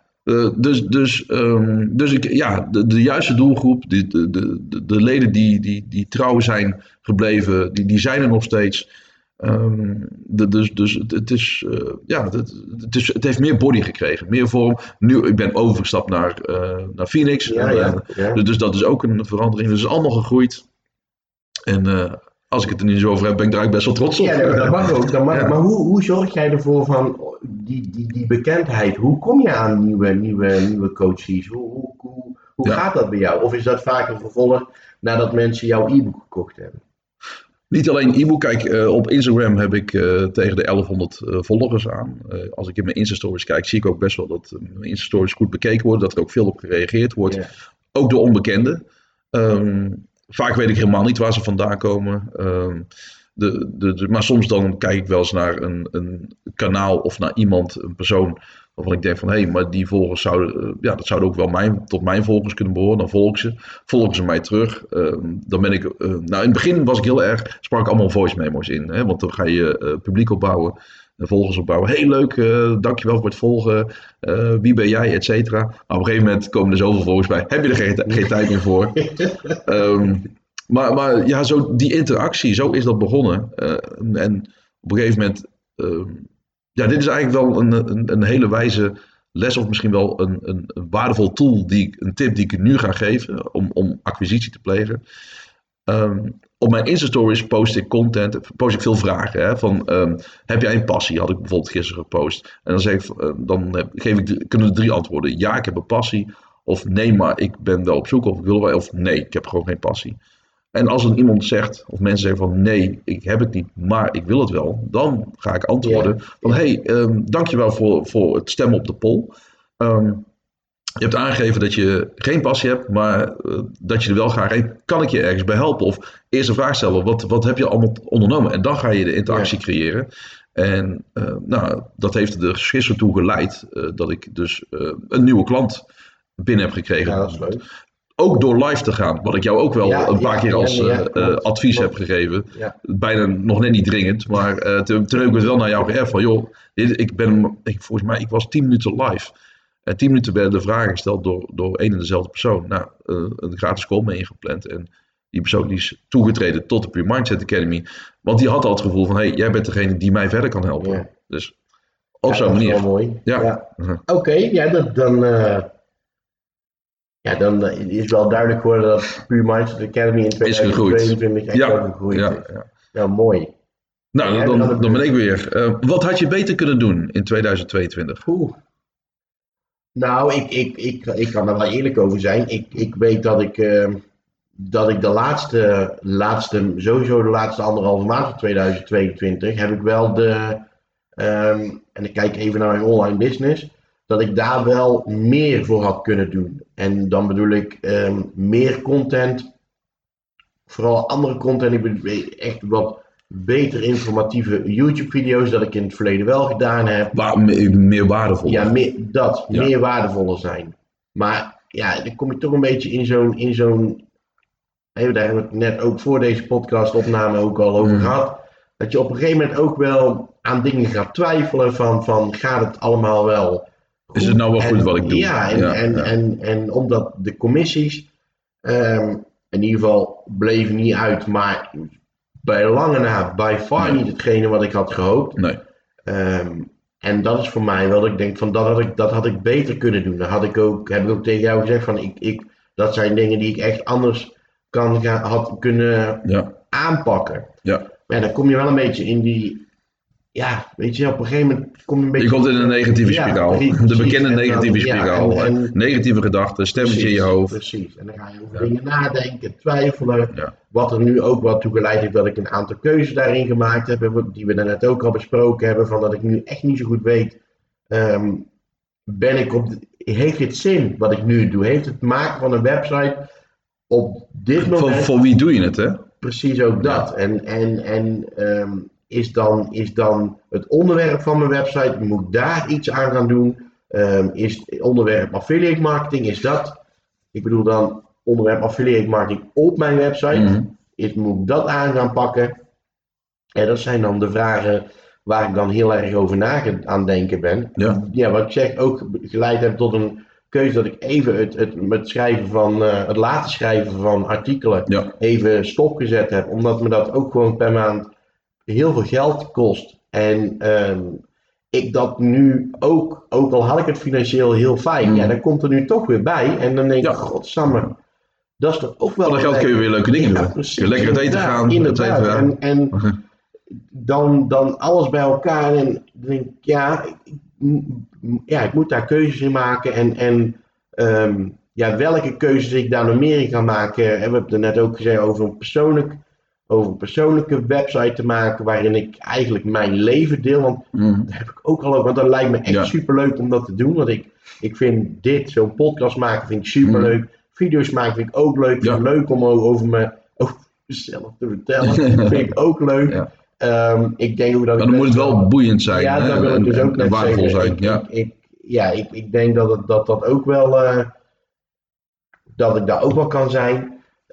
Dus ik, ja, de juiste doelgroep, de leden die trouw zijn gebleven, die zijn er nog steeds. Dus het heeft meer body gekregen, meer vorm. Nu, ik ben overgestapt naar Phoenix. Dus dat is ook een verandering. Dus het is allemaal gegroeid. En als ik het er niet zo over heb, ben ik daar eigenlijk best wel trots op. Ja, dat mag ook. Maar hoe zorg jij ervoor van die bekendheid? Hoe kom je aan nieuwe coaches? Hoe gaat dat bij jou? Of is dat vaak een vervolg nadat mensen jouw e-book gekocht hebben? Niet alleen e-book. Kijk, op Instagram heb ik tegen de 1100 volgers aan. Als ik in mijn Insta-stories kijk, zie ik ook best wel dat mijn Insta-stories goed bekeken worden. Dat er ook veel op gereageerd wordt. Ja. Ook door onbekenden. Vaak weet ik helemaal niet waar ze vandaan komen. Maar soms dan kijk ik wel eens naar een kanaal of naar iemand, een persoon, waarvan ik denk van, maar die volgers dat zouden ook wel tot mijn volgers kunnen behoren. Dan volgen ze mij terug. Dan ben ik, in het begin was ik heel erg, sprak ik allemaal voice memo's in. Hè, want dan ga je publiek opbouwen, volgers opbouwen. Hey, leuk, dankjewel voor het volgen. Wie ben jij, et cetera. Maar op een gegeven moment komen er zoveel volgers bij. Heb je er geen tijd meer voor? Maar ja, zo die interactie, zo is dat begonnen. En op een gegeven moment... dit is eigenlijk wel een hele wijze les, of misschien wel een waardevol tool, een tip die ik nu ga geven om acquisitie te plegen. Op mijn Insta-stories post ik content, post ik veel vragen. Hè, van, heb jij een passie? Had ik bijvoorbeeld gisteren gepost. En dan zeg ik, kunnen er 3 antwoorden. Ja, ik heb een passie. Of nee, maar ik ben wel op zoek. Of ik wil wel. Of nee, ik heb gewoon geen passie. En als er iemand zegt, of mensen zeggen van nee, ik heb het niet, maar ik wil het wel. Dan ga ik antwoorden van dankjewel voor het stemmen op de poll. Je hebt aangegeven dat je geen passie hebt, maar dat je er wel graag hebt. Kan ik je ergens bij helpen? Of eerst een vraag stellen, wat heb je allemaal ondernomen? En dan ga je de interactie creëren. En dat heeft er gisteren toe geleid dat ik dus een nieuwe klant binnen heb gekregen. Ja, dat is leuk. Ook door live te gaan, wat ik jou ook wel een paar keer als advies heb gegeven. Ja. Bijna nog net niet dringend, maar toen heb ik het wel naar jou geërfd van, joh, volgens mij, ik was 10 minuten live. En 10 minuten werden de vragen gesteld door één en dezelfde persoon. Nou, een gratis call mee ingepland. En die persoon die is toegetreden tot de Pure Mindset Academy. Want die had al het gevoel van, jij bent degene die mij verder kan helpen. Ja. Dus op zo'n manier. Dat is wel mooi. Ja. Oké, dan is wel duidelijk geworden dat Pure Mindset Academy in 2022 echt ook gegroeid is. Ja, mooi. Nou, dan ben ik weer. Wat had je beter kunnen doen in 2022? Nou, ik kan er wel eerlijk over zijn. Ik weet dat ik de laatste sowieso de laatste 1,5 maand van 2022 heb ik wel en ik kijk even naar mijn online business. dat ik daar wel meer voor had kunnen doen. En dan bedoel ik meer content, vooral andere content. Ik bedoel echt wat beter informatieve YouTube-video's dat ik in het verleden wel gedaan heb. Meer waardevol. Ja, meer waardevoller zijn. Maar ja, dan kom je toch een beetje in zo'n daar hebben we het net ook voor deze podcastopname ook al over gehad. Dat je op een gegeven moment ook wel aan dingen gaat twijfelen van gaat het allemaal wel goed? Is het nou wel goed wat ik doe? Ja, en omdat de commissies in ieder geval bleven niet uit, maar bij lange na by far niet hetgene wat ik had gehoopt. Nee. En dat is voor mij wel dat ik denk van dat had ik beter kunnen doen. Dan heb ik ook tegen jou gezegd van dat zijn dingen die ik echt anders had kunnen aanpakken. Ja. Maar dan kom je wel een beetje in die, weet je, op een gegeven moment kom je een beetje... Je komt in een negatieve spiraal. De bekende negatieve spiraal. Negatieve gedachten, stemmetje in je hoofd. Precies. En dan ga je over dingen nadenken, twijfelen. Ja. Wat er nu ook wat toe geleid heeft dat ik een aantal keuzes daarin gemaakt heb. Die we daarnet ook al besproken hebben. Van dat ik nu echt niet zo goed weet. Heeft het zin wat ik nu doe? Heeft het maken van een website op dit moment... Voor wie doe je het, hè? Precies ook dat. Is dan het onderwerp van mijn website, moet ik daar iets aan gaan doen? Is het onderwerp affiliate marketing, is dat? Ik bedoel dan onderwerp affiliate marketing op mijn website. Moet ik dat aan gaan pakken? En dat zijn dan de vragen waar ik dan heel erg over aan denken ben. Ja, wat ik zeg, ook geleid heb tot een keuze dat ik even het laten schrijven van artikelen even stopgezet heb. Omdat me dat ook gewoon per maand heel veel geld kost. En ik dat nu ook al had ik het financieel heel fijn, dan komt er nu toch weer bij. En dan denk ik, godsamme, dat is toch ook wel... Voor dat geld kun je weer leuke dingen doen. Precies, kun je lekker uit eten gaan. Inderdaad. En dan alles bij elkaar. En denk ik, ik moet daar keuzes in maken. En welke keuzes ik daar nog meer in ga maken. We hebben het er net ook gezegd over een persoonlijke website te maken waarin ik eigenlijk mijn leven deel. Want daar heb ik ook al over. Want dat lijkt me echt superleuk om dat te doen. Want ik vind zo'n podcast maken vind ik superleuk. Video's maken vind ik ook leuk. Ik vind het leuk om over mezelf te vertellen. vind ik ook leuk. Ik denk ook dat dan moet het wel boeiend zijn. Ja, dat wil ik dus ook net waardevol zeggen. zijn. Ik denk dat ook wel dat ik daar ook wel kan zijn.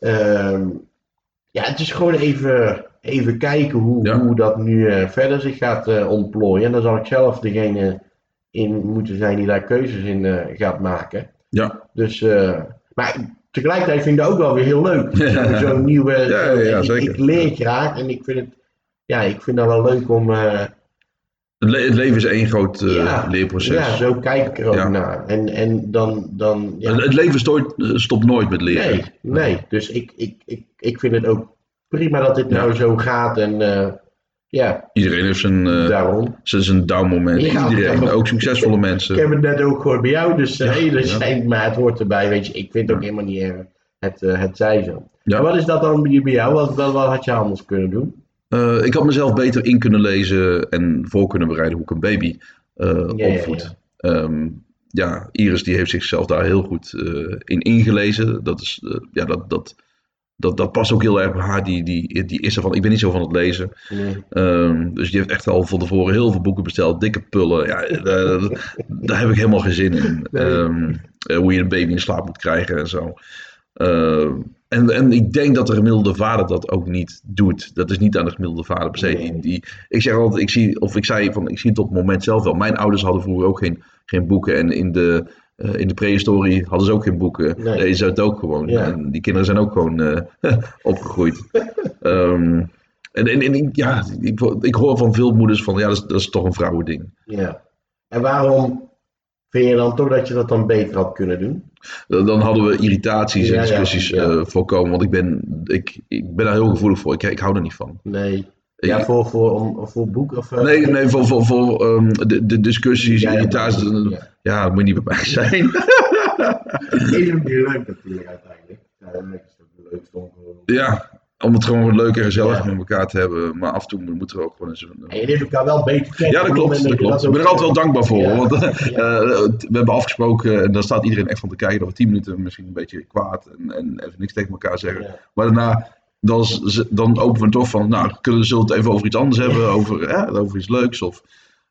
Het is gewoon even kijken hoe dat nu verder zich gaat ontplooien. En dan zal ik zelf degene in moeten zijn die daar keuzes in gaat maken. Ja. Dus, maar tegelijkertijd vind ik dat ook wel weer heel leuk. Zo'n nieuwe... zeker. Ik leer graag en ik vind het... ik vind dat wel leuk om... Het leven is één groot leerproces. Ja, zo kijk ik er ook naar. En dan Het leven stopt nooit met leren. Nee. Dus ik vind het ook prima dat dit nou zo gaat. En iedereen heeft zijn down moment. Ja, iedereen, ook succesvolle mensen. Ik heb het net ook gehoord bij jou. Dus maar het hoort erbij. Weet je, ik vind het ook helemaal niet erg. Het zij zo. Ja. En wat is dat dan bij jou? Wat had je anders kunnen doen? Ik had mezelf beter in kunnen lezen en voor kunnen bereiden hoe ik een baby opvoed. Iris die heeft zichzelf daar heel goed in ingelezen. Dat is, dat past ook heel erg bij haar. Die is ervan. Ik ben niet zo van het lezen. Dus die heeft echt al van tevoren heel veel boeken besteld. Dikke pullen. Daar heb ik helemaal geen zin in. Hoe je een baby in slaap moet krijgen en zo. En ik denk dat de gemiddelde vader dat ook niet doet. Dat is niet aan de gemiddelde vader per se. Ik zeg altijd, ik zie het op het moment zelf wel. Mijn ouders hadden vroeger ook geen boeken. En in de prehistorie hadden ze ook geen boeken. Nee. Je zou het ook gewoon. Ja. En die kinderen zijn ook gewoon opgegroeid. Ik hoor van veel moeders van, dat is toch een vrouwending. Ja. En waarom vind je dan toch dat je dat dan beter had kunnen doen? Dan hadden we irritaties en discussies voorkomen. Want ik ben daar heel gevoelig voor. Ik hou er niet van. Nee. Voor boeken? Of, nee, voor de discussies, irritaties. Dat moet niet bij mij zijn. Is ook niet leuk natuurlijk uiteindelijk. Ja, dat is ook leuk. Om het gewoon leuk en gezellig Ja. met elkaar te hebben. Maar af en toe moeten we ook gewoon eens... En je leert elkaar wel beter kennen. Ja, dat klopt. Ik ben er altijd wel dankbaar voor. Ja. Want Ja. we hebben afgesproken en daar staat iedereen echt van te kijken. Dat we 10 minuten misschien een beetje kwaad en even niks tegen elkaar zeggen. Ja. Maar daarna dan openen we toch van, nou, zullen we het even over iets anders hebben? Over iets leuks of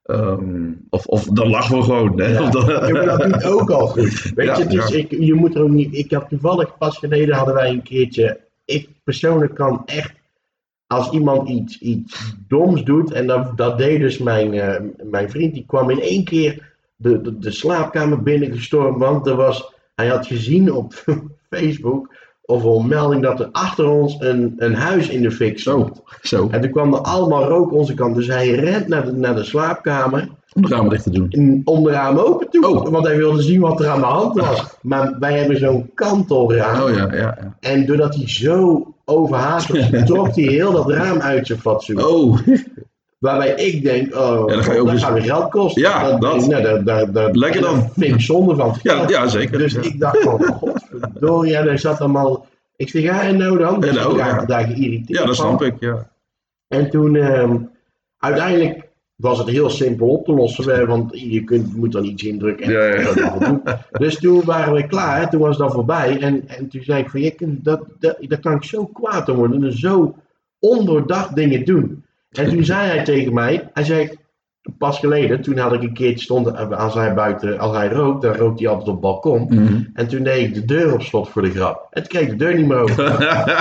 dan lachen we gewoon. Hè? Ja. Of dan, Ja, maar dat doet ook al goed. Weet je, het is, je moet er ook niet... Ik had toevallig pas geleden hadden wij een keertje... Ik persoonlijk kan echt... Als iemand iets doms doet... En dat deed dus mijn vriend. Die kwam in één keer de slaapkamer binnengestormd. Want hij had gezien op Facebook... Of een melding dat er achter ons een huis in de fik stond. Zo, En toen kwam er allemaal rook onze kant. Dus hij rent naar de slaapkamer. om de ramen dicht te doen. Om de ramen open toe. Oh. Want hij wilde zien wat er aan de hand was. Maar wij hebben zo'n kantelraam. Oh ja. En doordat hij zo overhaast was, trok hij heel dat raam uit zijn fatsoen. Oh, Waarbij ik denk, dan ga je ook dat eens- gaat weer geld kosten. Ja, dat. Daar Lekker dan. vind ik zonde van. ja, zeker. Dus ik dacht van, godverdorie, hij zat allemaal... Ik zeg, ja, en nou dan? Dus En nou, ik raakte ja. daar geïrriteerd Ja, dat van. snap ik, ja. En toen, uiteindelijk was het heel simpel op te lossen, want je moet dan iets indrukken en Ja. dat dan doen. Dus toen waren we klaar, toen was het dan voorbij. En toen zei ik van, daar kan ik zo kwaad om worden en zo ondoordacht dingen doen. En toen zei hij tegen mij, hij zei, pas geleden, toen had ik een keertje stond, als hij rookt, dan rookt hij altijd op het balkon. Mhm. En toen deed ik de deur op slot voor de grap. En toen kreeg ik de deur niet meer open.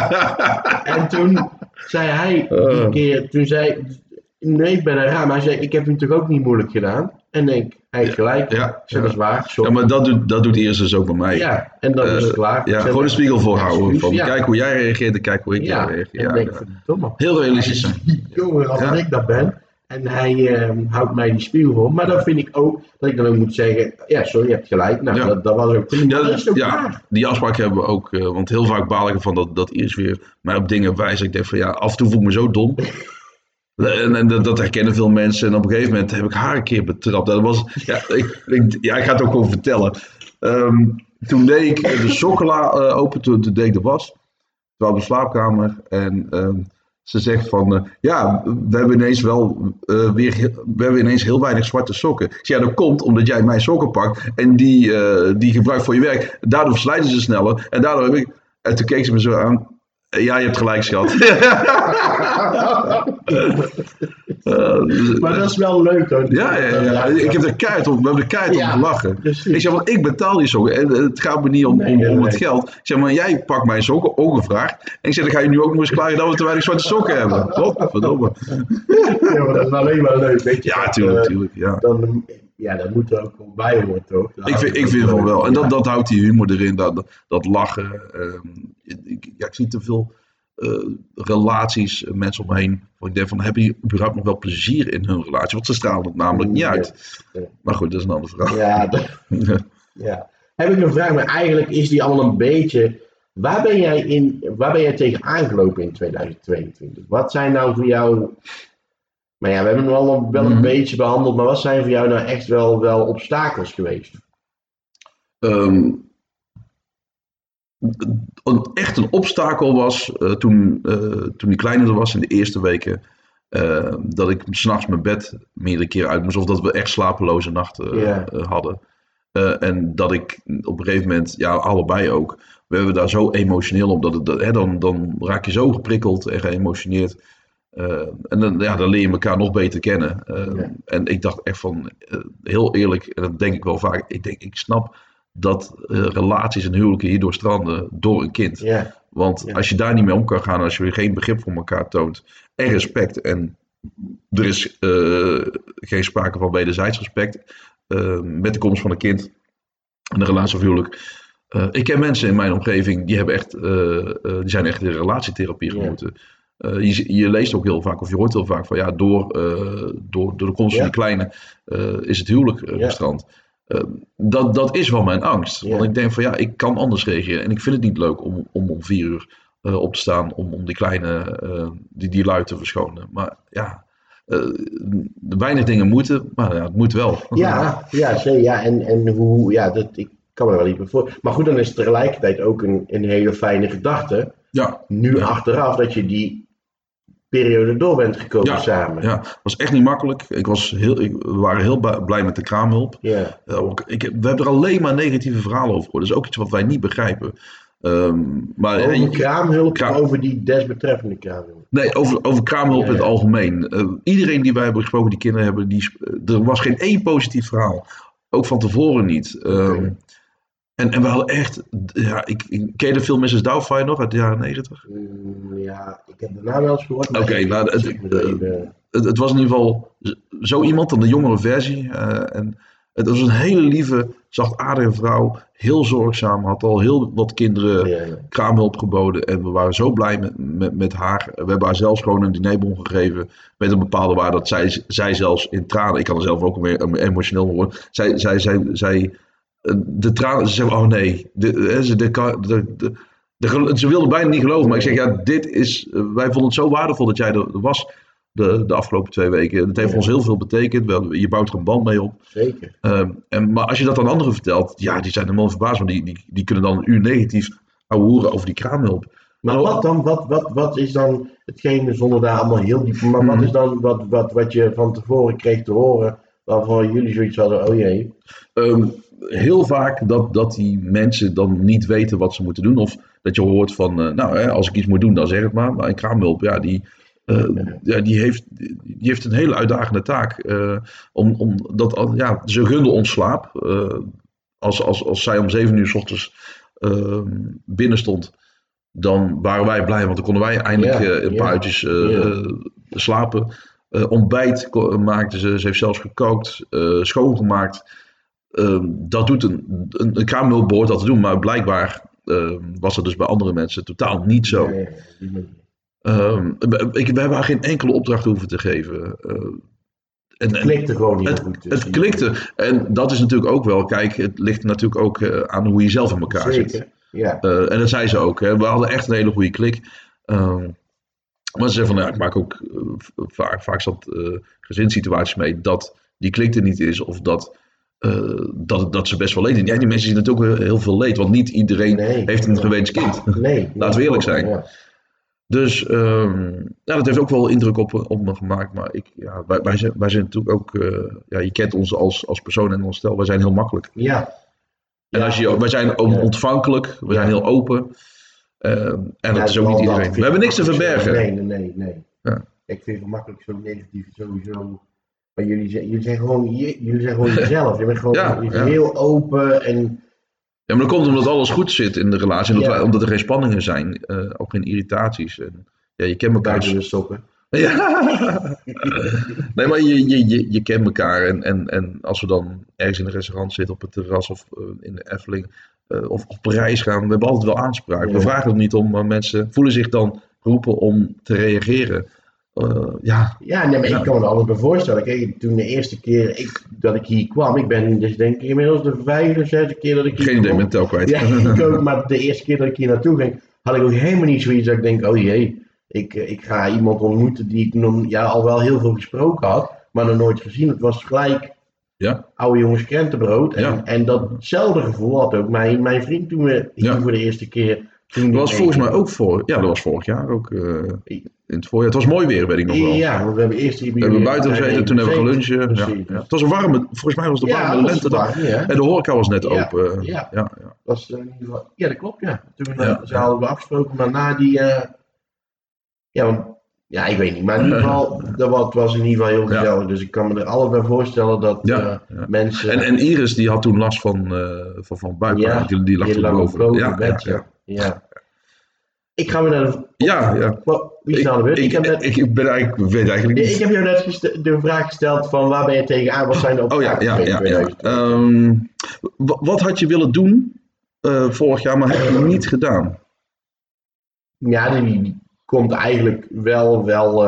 En toen zei hij die keer, nee, bij de raam. Hij zei, ik heb hem toch ook niet moeilijk gedaan. En denk, hij heeft gelijk. Ja, Ik zeg, dat is waar. Ja, Sorry. maar dat doet Iris dus ook bij mij. Ja, en dan is het klaar. Ja, Ik zeg, gewoon een spiegel voorhouden. excuus, Van, ja. kijk hoe jij reageert en kijk hoe ik Ja, reageer. en dan denk ik, Ja. verdomme. Heel realistisch zijn. Jongen, als Ja. ik dat ben. En hij houdt mij die spiegel voor. Maar dan vind ik ook, dat ik dan ook moet zeggen, ja, sorry, je hebt gelijk. Nou, Ja. dat was ook prima. Ja, Dat is ook ja, waar. die afspraak hebben we ook. Want heel vaak baal ik ervan dat Iris weer mij op dingen wijst. Ik denk van ja, af en toe voel ik me zo dom. En dat herkennen veel mensen. En op een gegeven moment heb ik haar een keer betrapt. Dat was, ik ga het ook gewoon vertellen. Toen deed ik de sokken open, toen deed ik de was. Toen was op de slaapkamer. En ze zegt van, we hebben ineens we hebben ineens heel weinig zwarte sokken. Ik zeg, ja, dat komt omdat jij mijn sokken pakt en die gebruikt voor je werk. Daardoor verslijten ze sneller. En daardoor heb ik, en toen keek ze me zo aan. Ja, je hebt gelijk, schat. Maar dat is wel leuk hoor. Ja. Ik heb we hebben er keihard om gelachen. Precies. Ik zeg, want ik betaal die sokken. En het gaat me niet om het geld. Ik zeg, maar jij pakt mijn sokken, ongevraagd. En ik zeg, dan ga je nu ook nog eens klagen dat we te weinig zwarte sokken hebben. Godverdomme. Ja, maar dat is alleen maar leuk, weet je. Ja, tuurlijk. Ja. Dat moet er ook wel bij horen, toch? Ik vind van wel. En dat houdt die humor erin, dat lachen. Ik zie te veel relaties, mensen om me heen. Waar ik denk van, hebben die überhaupt nog wel plezier in hun relatie? Want ze stralen het namelijk niet uit. Ja. Maar goed, dat is een andere vraag. Ja. Heb ik een vraag, maar eigenlijk is die allemaal een beetje... Waar ben jij tegen aangelopen in 2022? Wat zijn nou voor jou... Maar ja, we hebben hem allemaal wel een beetje behandeld, maar wat zijn voor jou nou echt wel obstakels geweest? Echt een obstakel was toen die kleine er was in de eerste weken. Dat ik 's nachts mijn bed meerdere keer uit moest. Of dat we echt slapeloze nachten hadden. En dat ik op een gegeven moment, ja, allebei ook. We hebben daar zo emotioneel op. Dan raak je zo geprikkeld en geëmotioneerd. En dan leer je elkaar nog beter kennen. En ik dacht echt van, heel eerlijk, en dat denk ik wel vaak. Ik snap dat relaties en huwelijken hierdoor stranden door een kind. Ja. Want als je daar niet mee om kan gaan, als je weer geen begrip voor elkaar toont en respect, en er is geen sprake van wederzijds respect, met de komst van een kind en een relatie of huwelijk. Ik ken mensen in mijn omgeving die hebben die zijn echt in relatietherapie gemoeten. Je leest ook heel vaak, of je hoort heel vaak van ja, door de komst van die kleine is het huwelijk gestrand. Dat is wel mijn angst. Want ik denk van ja, ik kan anders reageren. En ik vind het niet leuk om 4 uur op te staan om die kleine die lui te verschonen. Maar ja, weinig dingen moeten, maar ja, het moet wel. Ja, zeker. Ja, en hoe, ja, ik kan me er wel iets voor. Maar goed, dan is het tegelijkertijd ook een hele fijne gedachte. Ja. Nu achteraf dat je die periode door bent gekomen samen. Ja, het was echt niet makkelijk. We waren heel blij met de kraamhulp. Ja. We hebben er alleen maar negatieve verhalen over gehoord. Dat is ook iets wat wij niet begrijpen. Over kraamhulp of over die desbetreffende kraamhulp? Nee, over kraamhulp in het algemeen. Iedereen die wij hebben gesproken, die kinderen hebben, er was geen één positief verhaal. Ook van tevoren niet. En we hadden echt... ken je de film Mrs. Doubtfire nog uit de jaren 90? Ja, ik heb daarna wel eens gehoord. Het was in ieder geval zo iemand, dan de jongere versie. En het was een hele lieve, zachtaardige vrouw. Heel zorgzaam, had al heel wat kinderen kraamhulp geboden. En we waren zo blij met haar. We hebben haar zelfs gewoon een dinerbon gegeven. Met een bepaalde waarde dat zij zelfs in tranen... Ik kan er zelf ook weer emotioneel worden. Zij de tranen, ze zeggen, oh nee, ze wilden bijna niet geloven, maar ik zeg, wij vonden het zo waardevol dat jij er was de afgelopen 2 weken. Het heeft ons heel veel betekend, je bouwt er een band mee op. Zeker. Maar als je dat aan anderen vertelt, die zijn helemaal verbaasd, want die kunnen dan een uur negatief ouwehoeren over die kraamhulp. Maar wat is dan hetgene, zonder daar allemaal heel diep, maar wat is dan wat je van tevoren kreeg te horen, waarvan jullie zoiets hadden, oh jee? Heel vaak dat die mensen dan niet weten wat ze moeten doen. Of dat je hoort van, als ik iets moet doen, dan zeg het maar. Maar een kraamhulp, die heeft een hele uitdagende taak. Ze gunden ons slaap. Als zij om 7 uur 's ochtends binnen stond, dan waren wij blij. Want dan konden wij eindelijk een paar uurtjes slapen. Ontbijt maakte ze. Ze heeft zelfs gekookt, schoongemaakt. Dat doet een kraamhulp behoort dat te doen, maar blijkbaar was dat dus bij andere mensen totaal niet zo. We hebben haar geen enkele opdracht hoeven te geven. Het klikte gewoon niet goed. Het klikte. En dat is natuurlijk ook wel, kijk, het ligt natuurlijk ook aan hoe je zelf in elkaar zit. Ja. En dat zei ze ook. Hè. We hadden echt een hele goede klik. Maar ze zei van, ik maak ook vaak zat gezinssituaties mee dat die klik er niet is of dat ze best wel leed. Ja, die mensen zien natuurlijk ook heel veel leed, want niet iedereen heeft een gewenst kind. Laten we eerlijk zijn. Ja. Dus dat heeft ook wel indruk op me gemaakt. Maar wij zijn natuurlijk ook, je kent ons als persoon en ons stel, wij zijn heel makkelijk. Ja. En wij zijn ontvankelijk, we zijn heel open. En dat is ook niet iedereen. We hebben niks te verbergen. Nee. Ja. Ik vind het makkelijk zo negatief sowieso. Maar jullie zijn gewoon jezelf. Je bent gewoon heel open en... Ja, maar dat komt omdat alles goed zit in de relatie. Omdat er geen spanningen zijn. Ook geen irritaties. En, je kent elkaar. Buiten de sokken. Ja. Nee, maar je kent elkaar. En als we dan ergens in een restaurant zitten, op het terras of in de Efteling... of op reis gaan, we hebben altijd wel aanspraak. Ja. We vragen er niet om, maar mensen voelen zich dan geroepen om te reageren. Maar ik kan me er alles bij voorstellen. Kijk, toen de eerste keer dat ik hier kwam, ik ben dus denk ik inmiddels de 5e of 6e keer dat ik hier Geen idee, met tel kwijt. Ja, maar de eerste keer dat ik hier naartoe ging, had ik ook helemaal niet zoiets dat ik denk, oh jee, ik ga iemand ontmoeten die ik al wel heel veel gesproken had, maar nog nooit gezien. Het was gelijk oude jongens krentenbrood. En datzelfde gevoel had ook mijn vriend toen we hier voor de eerste keer... Dat was volgens mij ook dat was vorig jaar ook in het voorjaar. Het was mooi weer, weet ik nog wel. Ja, want we hebben eerst hier... We hebben buiten gezeten, toen hebben we gelunchen. Ja. Het was een warme, volgens mij was het een warme lentedag. En de horeca was net open. Was, in ieder geval, dat klopt, ja. Toen hadden we afgesproken, maar na die... ik weet niet. Maar in ieder geval, dat was in ieder geval heel gezellig. Dus ik kan me er alles bij voorstellen dat mensen... En Iris, die had toen last van buikpijn. Die lag toen boven. Ja. Ik ga weer naar de... Wie is nou de beurt? Weet eigenlijk niet. Ik heb jou net de vraag gesteld van waar ben je tegenaan? Wat zijn de opdrachten? Wat had je willen doen vorig jaar, maar heb je niet gedaan? Ja, die komt eigenlijk wel...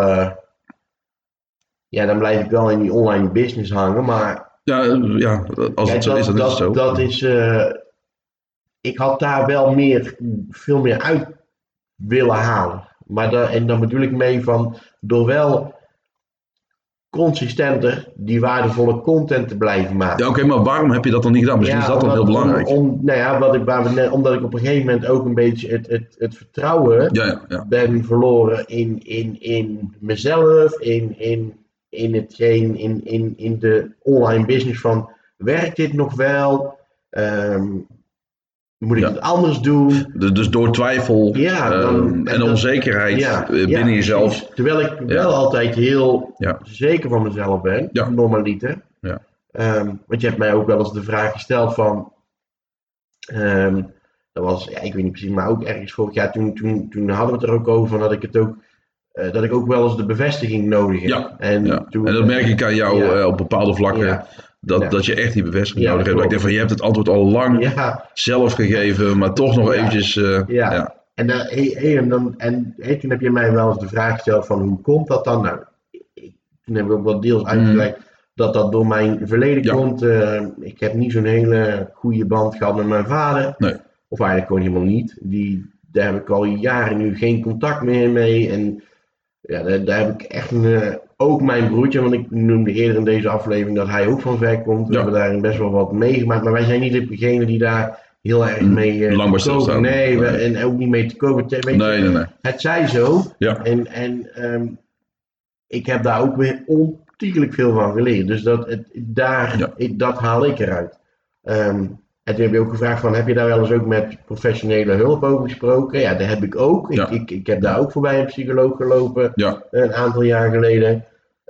dan blijf ik wel in die online business hangen, maar... Als het zo is, dan is het zo. Dat is... ik had daar wel veel meer uit willen halen. Maar en dan bedoel ik mee van, door wel consistenter die waardevolle content te blijven maken. Ja, oké, maar waarom heb je dat dan niet gedaan? Misschien is dat dan heel belangrijk. Omdat ik op een gegeven moment ook een beetje het vertrouwen ben verloren in mezelf, in de online business van, werkt dit nog wel? Moet ik het anders doen? Dus door twijfel en onzekerheid binnen jezelf. Precies. Terwijl ik wel altijd heel zeker van mezelf ben, normaliter. Ja. Want je hebt mij ook wel eens de vraag gesteld van, dat was, ik weet niet precies, maar ook ergens vorig jaar, toen hadden we het er ook over, van dat ik ook wel eens de bevestiging nodig heb. Ja. En dat merk ik aan jou op bepaalde vlakken. Ja. Dat je echt die bevestiging nodig hebt. Ik denk van, je hebt het antwoord al lang zelf gegeven, maar toch nog eventjes... En toen heb je mij wel eens de vraag gesteld van, hoe komt dat dan? Nou, toen heb ik ook wel deels uitgelegd dat door mijn verleden komt. Ik heb niet zo'n hele goede band gehad met mijn vader. Nee. Of eigenlijk gewoon helemaal niet. Daar heb ik al jaren nu geen contact meer mee. En daar heb ik echt ook mijn broertje, want ik noemde eerder in deze aflevering dat hij ook van ver komt. We hebben daarin best wel wat meegemaakt, maar wij zijn niet degene die daar heel erg mee lang te kopen. Nee, en ook niet mee te kopen. Nee. Het zij zo. Ja. En ik heb daar ook weer ontiegelijk veel van geleerd. Dus dat haal ik eruit. En toen heb je ook gevraagd van, heb je daar wel eens ook met professionele hulp over gesproken? Ja, dat heb ik ook. Ja. Ik heb daar ook voorbij een psycholoog gelopen, een aantal jaar geleden.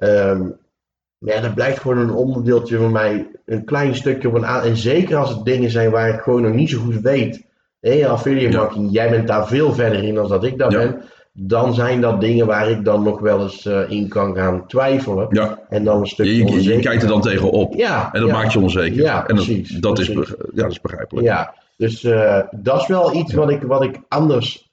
Dat blijft gewoon een onderdeeltje van mij, een klein stukje en zeker als het dingen zijn waar ik gewoon nog niet zo goed weet. Affiliate marketing, jij bent daar veel verder in dan dat ik daar ben. Dan zijn dat dingen waar ik dan nog wel eens in kan gaan twijfelen. Ja. En dan een stukje onzeker. Je kijkt er dan tegenop. Ja, en dat maakt je onzeker. Ja, precies. Dat is begrijpelijk. Ja, dus dat is wel iets wat ik anders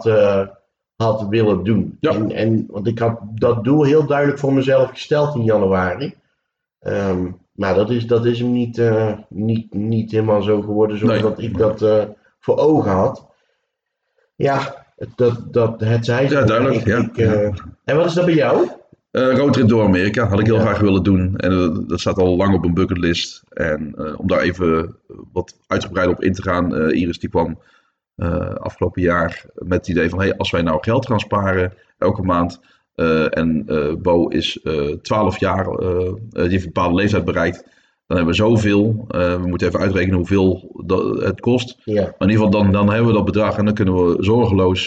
had willen doen. Ja. Want ik had dat doel heel duidelijk voor mezelf gesteld in januari. Maar dat is hem niet helemaal zo geworden zoals dat ik dat voor ogen had. Ja. Het zij zo. Ja, duidelijk. En wat is dat bij jou? Roadtrip door Amerika had ik heel graag willen doen. En dat staat al lang op een bucketlist. En om daar even wat uitgebreider op in te gaan. Iris die kwam afgelopen jaar met het idee van, als wij nou geld gaan sparen elke maand. En Bo is 12 jaar, die heeft een bepaalde leeftijd bereikt. Dan hebben we zoveel. We moeten even uitrekenen hoeveel het kost. Ja. Maar in ieder geval dan hebben we dat bedrag en dan kunnen we zorgeloos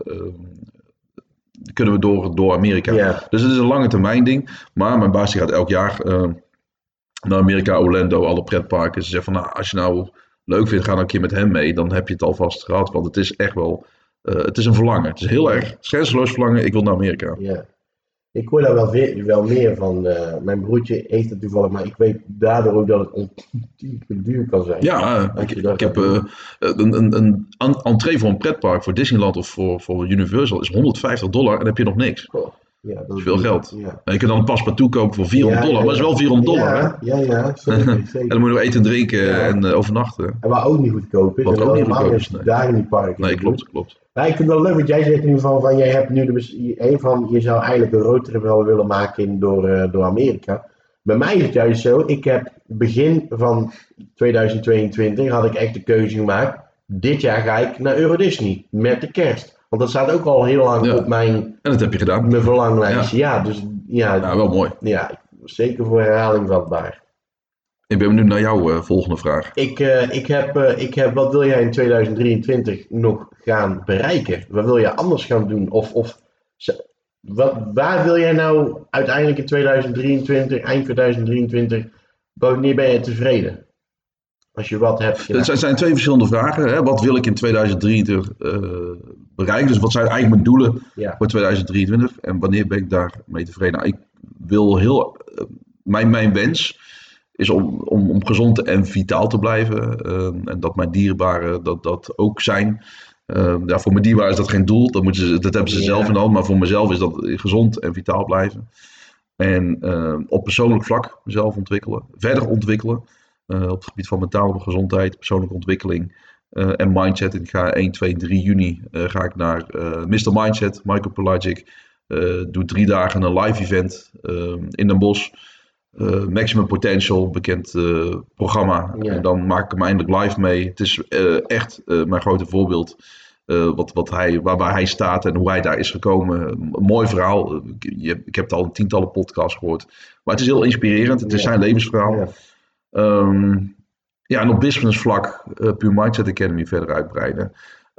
door Amerika. Ja. Dus het is een lange termijn ding. Maar mijn baas die gaat elk jaar naar Amerika, Orlando, alle pretparken. Ze zeggen van, als je nou leuk vindt, ga dan een keer met hem mee. Dan heb je het alvast gehad. Want het is echt wel, het is een verlangen. Het is heel erg grenzeloos verlangen. Ik wil naar Amerika. Ja. Ik hoor daar wel meer van. Mijn broertje heeft het toevallig, maar ik weet daardoor ook dat het ontiegelijk duur kan zijn. Ja, ik heb een entree voor een pretpark, voor Disneyland of voor Universal is $150 en dan heb je nog niks. Oh, ja, dat is veel geld. Ja. En je kunt dan een paspartout kopen voor $400, maar dat is wel $400. Ja, zeker. En dan moet je nog eten en drinken en overnachten. En waar ook niet goedkoop is. Wat ook niet goedkoop is. Daar in die parken. Nee, klopt. Ja, ik vind het wel leuk, want jij zegt nu van jij hebt nu je zou eigenlijk een roadtrip wel willen maken door Amerika. Bij mij is het juist zo, ik heb begin van 2022 had ik echt de keuze gemaakt. Dit jaar ga ik naar Euro Disney met de kerst. Want dat staat ook al heel lang op mijn... En dat heb je gedaan. Mijn verlanglijstje. Ja, dus ja. Wel mooi. Ja, zeker voor herhaling vatbaar. Ik ben benieuwd naar jouw volgende vraag. Ik heb, wat wil jij in 2023 nog gaan bereiken? Wat wil jij anders gaan doen? Waar wil jij nou uiteindelijk in 2023, eind 2023, wanneer ben je tevreden? Als je wat hebt gedaan. Het zijn twee verschillende vragen. Hè? Wat wil ik in 2023 bereiken? Dus wat zijn eigenlijk mijn doelen voor 2023? En wanneer ben ik daarmee tevreden? Nou, ik wil mijn wens is om gezond en vitaal te blijven. En dat mijn dierbaren dat ook zijn. Voor mijn dierbaren is dat geen doel. Dat hebben ze zelf in de hand. Maar voor mezelf is dat gezond en vitaal blijven. En op persoonlijk vlak mezelf ontwikkelen. Verder ontwikkelen. Op het gebied van mentale gezondheid, persoonlijke ontwikkeling en mindset. Ik ga 1, 2, 3 juni ga ik naar Mr. Mindset, Michael Pelagic. Doe 3 dagen een live event in Den Bosch. Maximum Potential, bekend programma. Ja. En dan maak ik hem eindelijk live mee. Het is echt mijn grote voorbeeld. Waarbij hij staat en hoe hij daar is gekomen. Een mooi verhaal. Ik heb al tientallen podcasts gehoord. Maar het is heel inspirerend. Het is zijn levensverhaal. Ja. En op business vlak Pure Mindset Academy verder uitbreiden.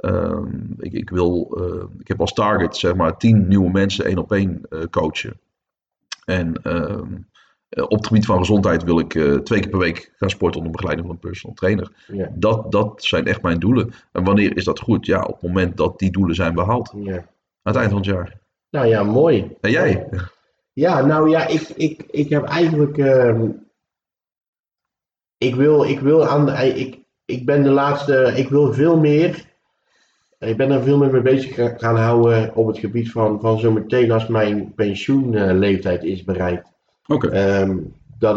Ik heb als target zeg maar 10 nieuwe mensen 1-op-1 coachen. En op het gebied van gezondheid wil ik 2 keer per week gaan sporten onder begeleiding van een personal trainer. Ja. Dat zijn echt mijn doelen. En wanneer is dat goed? Ja, op het moment dat die doelen zijn behaald. Ja. Aan het eind van het jaar. Nou ja, mooi. En jij? Ja, nou ja, ik heb eigenlijk... Ik ben de laatste... Ik wil veel meer... Ik ben er veel meer mee bezig gaan houden op het gebied van zometeen als mijn pensioenleeftijd is bereikt. Oké. Dat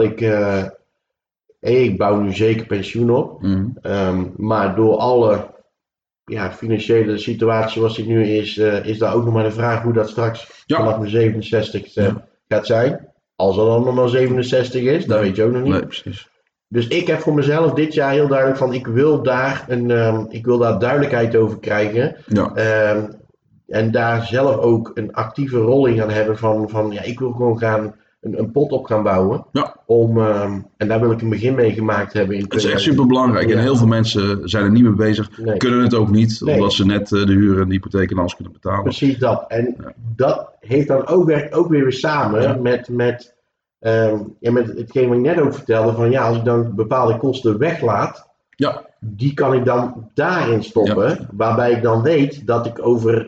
ik bouw nu zeker pensioen op. Maar door alle financiële situatie zoals die nu is daar ook nog maar de vraag hoe dat straks vanaf mijn 67ste gaat zijn. Als er dan nog maar 67 is, dat weet je ook nog niet. Nee, precies. Dus ik heb voor mezelf dit jaar heel duidelijk van ik wil daar duidelijkheid over krijgen. Ja. En daar zelf ook een actieve rol in gaan hebben van ik wil gewoon een pot op gaan bouwen. Ja. En daar wil ik een begin mee gemaakt hebben. Het is echt super belangrijk. En heel veel mensen zijn er niet mee bezig. Nee. Kunnen het ook niet. Nee. Omdat ze net de huur en de hypotheek en alles kunnen betalen. Precies dat. En dat heeft dan werkt ook weer samen met hetgeen wat ik net ook vertelde. Van als ik dan bepaalde kosten weglaat. Ja. Die kan ik dan daarin stoppen. Ja. Waarbij ik dan weet dat ik over...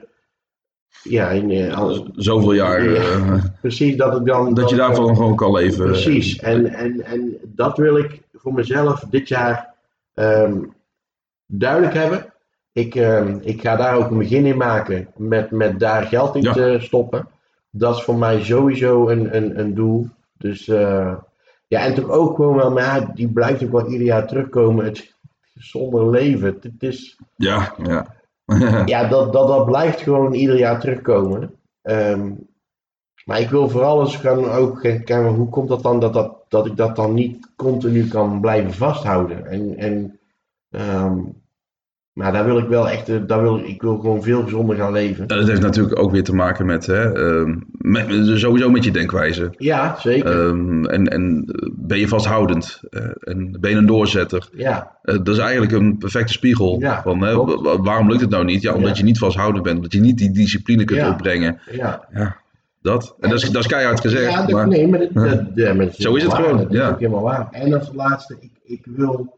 Zoveel jaar. Precies, dat ik dan... Dat je daarvan gewoon kan leven. Precies. En dat wil ik voor mezelf dit jaar duidelijk hebben. Ik ga daar ook een begin in maken met daar geld in te stoppen. Dat is voor mij sowieso een doel. Dus en toch ook gewoon wel, maar die blijft ook wel ieder jaar terugkomen. Het gezonde leven. Het is... Ja, dat blijft gewoon ieder jaar terugkomen. Maar ik wil vooral eens gaan ook kijken, hoe komt dat dan dat ik dat dan niet continu kan blijven vasthouden. Maar daar wil ik wel echt, ik wil gewoon veel gezonder gaan leven. Dat heeft natuurlijk ook weer te maken met sowieso met je denkwijze. Ja, zeker. En ben je vasthoudend? En ben je een doorzetter? Ja. Dat is eigenlijk een perfecte spiegel. Ja, van waarom lukt het nou niet? Ja, omdat je niet vasthoudend bent. Omdat je niet die discipline kunt opbrengen. Ja. Dat. En dat is keihard gezegd. Ja, maar zo is het waar. gewoon. Dat is ook helemaal waar. En als laatste, ik wil...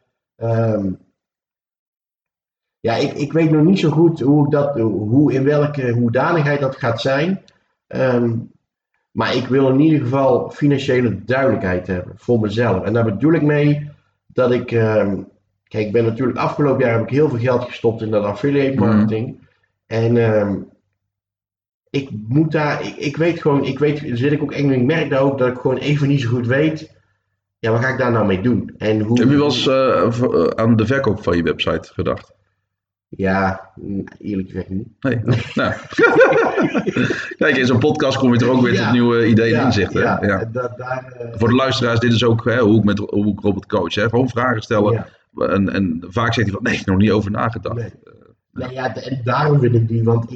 ik weet nog niet zo goed in welke hoedanigheid dat gaat zijn. Maar ik wil in ieder geval financiële duidelijkheid hebben voor mezelf. En daar bedoel ik mee dat ik... ik ben natuurlijk afgelopen jaar heb ik heel veel geld gestopt in dat affiliate marketing. En ik moet daar... Ik zit ik ook eng, ik merk daar ook dat ik gewoon even niet zo goed weet... Ja, wat ga ik daar nou mee doen? En hoe... Heb je wel eens aan de verkoop van je website gedacht? Ja, eerlijk gezegd niet. Nee. Nou. Kijk, in zo'n podcast kom je er ook weer tot nieuwe ideeën en inzichten. Ja. Voor de luisteraars, dit is ook hoe ik Robert coach. Gewoon vragen stellen. Ja. En vaak zegt hij van, nee, nog niet over nagedacht. Nee. En daarom vind ik die, want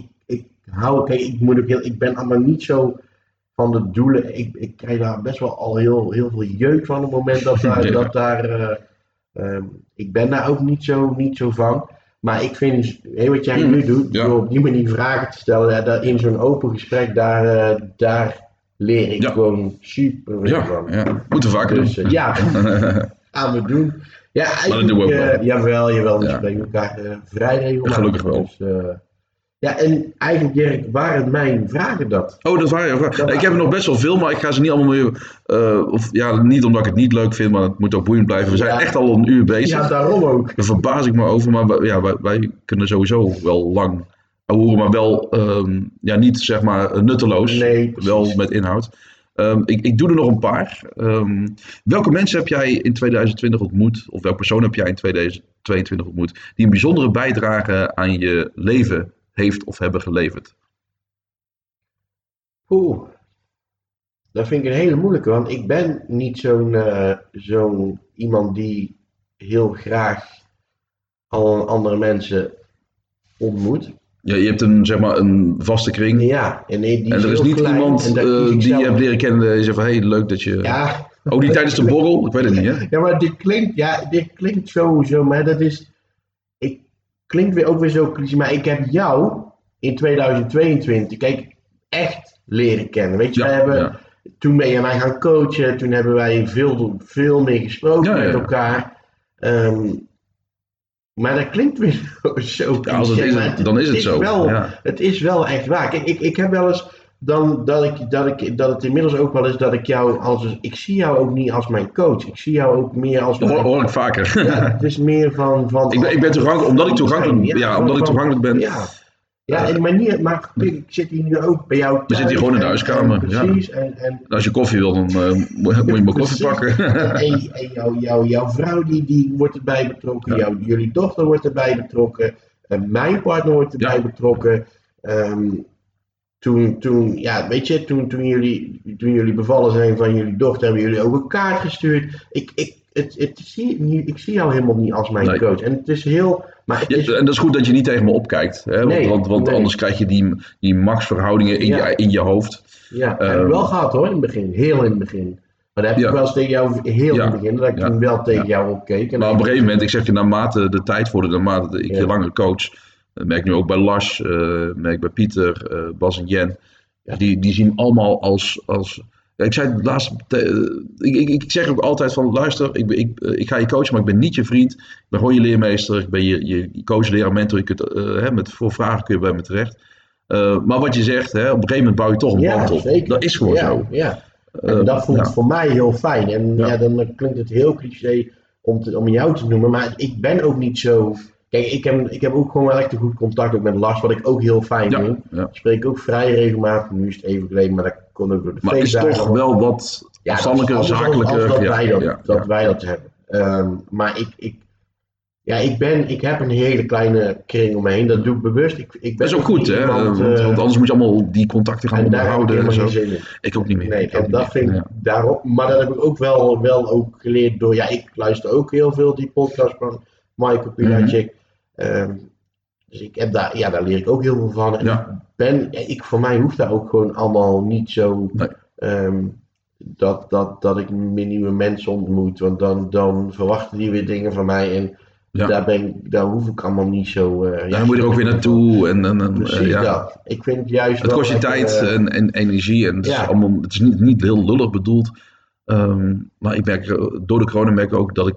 ik ben allemaal niet zo van de doelen. Ik krijg daar best wel al heel veel jeuk van op het moment ik ben daar ook niet zo van. Maar ik vind, wat jij nu doet, door op die manier vragen te stellen, in zo'n open gesprek, daar leer ik gewoon super veel van. Ja, moeten we vaker doen. Gaan we doen. Ja, maar dat doen we ook wel. Jawel, we spreken elkaar vrij regelmatig. Gelukkig wel. Dus, en eigenlijk, Dirk, waren mijn vragen dat? Oh, dat waren je vragen. Ik heb er nog best wel veel, maar ik ga ze niet allemaal meer... niet omdat ik het niet leuk vind, maar het moet ook boeiend blijven. We zijn echt al een uur bezig. Ja, daarom ook. Daar verbaas ik me over, maar wij kunnen sowieso wel lang horen, maar wel niet zeg maar nutteloos. Nee, wel met inhoud. Ik doe er nog een paar. Welke mensen heb jij in 2020 ontmoet, of welke persoon heb jij in 2022 ontmoet, die een bijzondere bijdrage aan je leven heeft of hebben geleverd? Dat vind ik een hele moeilijke, want ik ben niet zo'n iemand die heel graag al andere mensen ontmoet. Ja, je hebt zeg maar een vaste kring. Ja, en die En er is niet klein, iemand die je hebt leren kennen die zegt van, hey, leuk dat je... Ja. Ook niet tijdens de borrel? Ik weet het niet, hè? Ja, maar dit klinkt sowieso, maar dat is... Klinkt weer ook weer zo cliché, maar ik heb jou in 2022, kijk, echt leren kennen. Weet je, toen ben je mij gaan coachen, toen hebben wij veel meer gesproken met elkaar. Maar dat klinkt weer zo cliché. Ja, dan is het zo. Het is wel echt waar. Kijk, ik heb wel eens dat het inmiddels ook wel is dat ik jou ik zie jou ook niet als mijn coach. Ik zie jou ook meer als... Dat hoor ik vaker. Ja, het is meer van ik ben toegankelijk, omdat ik toegankelijk ben. Ja, maar ik zit hier nu ook bij jou thuis. We zitten hier gewoon in de huiskamer. Precies. Ja. En als je koffie wil, dan moet je maar koffie pakken. En jouw vrouw die wordt erbij betrokken. Ja. Jullie dochter wordt erbij betrokken. Mijn partner wordt erbij betrokken. Toen jullie bevallen zijn van jullie dochter, hebben jullie ook een kaart gestuurd. Ik zie jou helemaal niet als mijn coach. En het is heel... Maar en dat is goed dat je niet tegen me opkijkt. Hè? Want anders krijg je die machtsverhoudingen in je hoofd. Ja, dat heb ik wel gehad hoor, in het begin. Heel in het begin. Maar dat heb ik wel eens tegen jou heel in het begin. Dat ik toen wel tegen jou opkeek. Maar op een gegeven moment, ik zeg je, naarmate de tijd vordert, naarmate ik je langer coach... Dat merk ik nu ook bij Lars, merk ik bij Pieter, Bas en Jen. Die zien allemaal als ik zei laatst, ik zeg ook altijd van, luister, ik ga je coachen, maar ik ben niet je vriend. Ik ben gewoon je leermeester, ik ben je coach, leraar, mentor. Je kunt, voor vragen kun je bij me terecht. Maar wat je zegt, op een gegeven moment bouw je toch een band op. Zeker. Dat is gewoon zo. Ja. En dat voelt voor mij heel fijn. En dan klinkt het heel cliché om jou te noemen, maar ik ben ook niet zo... Kijk, ik heb ook gewoon wel echt een goed contact ook met Lars, wat ik ook heel fijn vind. Ja. Ik spreek ook vrij regelmatig, nu is het even geleden, maar dat kon ook door de feestdagen. Maar het is toch wel wat afstandelijker, zakelijker. Dat wij dat hebben. Maar ik heb een hele kleine kring om me heen, dat doe ik bewust. Dat is ook goed, hè? Want anders moet je allemaal die contacten gaan onderhouden. En zo. Ik ook niet meer. Nee, en dat vind ik daarop, maar dat heb ik ook wel ook geleerd door, ik luister ook heel veel die podcast van Michael Pilacic. Dus ik heb daar leer ik ook heel veel van. Voor mij hoeft dat ook gewoon allemaal niet zo dat ik meer nieuwe mensen ontmoet. Want dan verwachten die weer dingen van mij. En daar hoef ik allemaal niet zo... dan moet je er ook weer naartoe. Precies dat. Ik vind juist het kost je tijd en energie. En het is niet heel lullig bedoeld. Maar ik merk, door de corona merk ik ook dat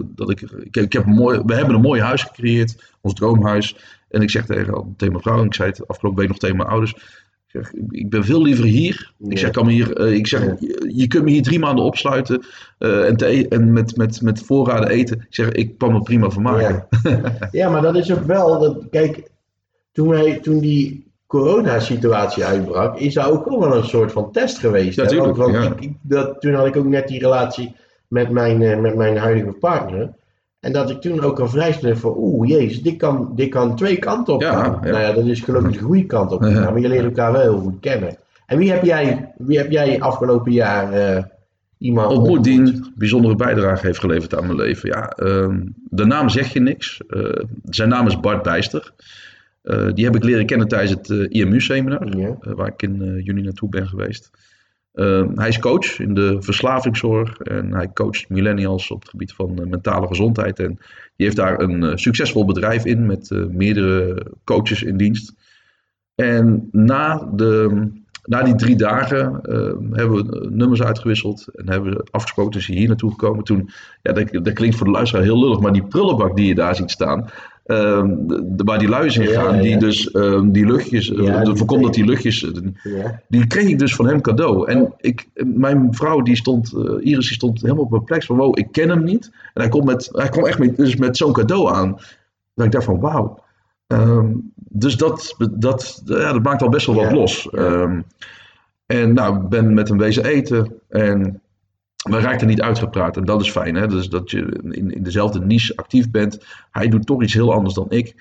we hebben een mooi huis gecreëerd, ons droomhuis. En ik zeg tegen mijn vrouw, en ik zei het afgelopen week nog tegen mijn ouders, ik ben veel liever hier. Ik zeg, je kunt me hier 3 maanden opsluiten en met voorraden eten. Ik zeg, ik kan me prima vermaken. Ja, maar dat is ook wel, kijk, toen die corona-situatie uitbrak, is dat ook wel een soort van test geweest. Ja, tuurlijk, toen had ik ook net die relatie met mijn huidige partner. En dat ik toen ook al vrij snel van, jezus, dit kan 2 kanten op gaan. Nou ja, dat is gelukkig de goede kant op gegaan, maar je leert elkaar wel heel goed kennen. En wie heb jij afgelopen jaar iemand ontmoet die een bijzondere bijdrage heeft geleverd aan mijn leven? Ja, de naam zegt je niks. Zijn naam is Bart Bijster. Die heb ik leren kennen tijdens het IMU-seminar, waar ik in juni naartoe ben geweest. Hij is coach in de verslavingszorg en hij coacht millennials op het gebied van mentale gezondheid. En die heeft daar een succesvol bedrijf in met meerdere coaches in dienst. En na die 3 dagen hebben we nummers uitgewisseld en hebben we afgesproken, is hij hier naartoe gekomen. Toen, dat klinkt voor de luisteraar heel lullig, maar die prullenbak die je daar ziet staan, waar die luizen in gaan, die dus die luchtjes, voorkomt dat die luchtjes, die kreeg ik dus van hem cadeau. En mijn vrouw Iris, die stond helemaal perplex van, wow, ik ken hem niet. En hij kwam echt met zo'n cadeau aan. Dat ik dacht van, wauw. Dus dat maakt al best wel wat los. En nou, ik ben met hem wezen eten en we raakten niet uitgepraat en dat is fijn. Hè? Dus dat je in dezelfde niche actief bent. Hij doet toch iets heel anders dan ik.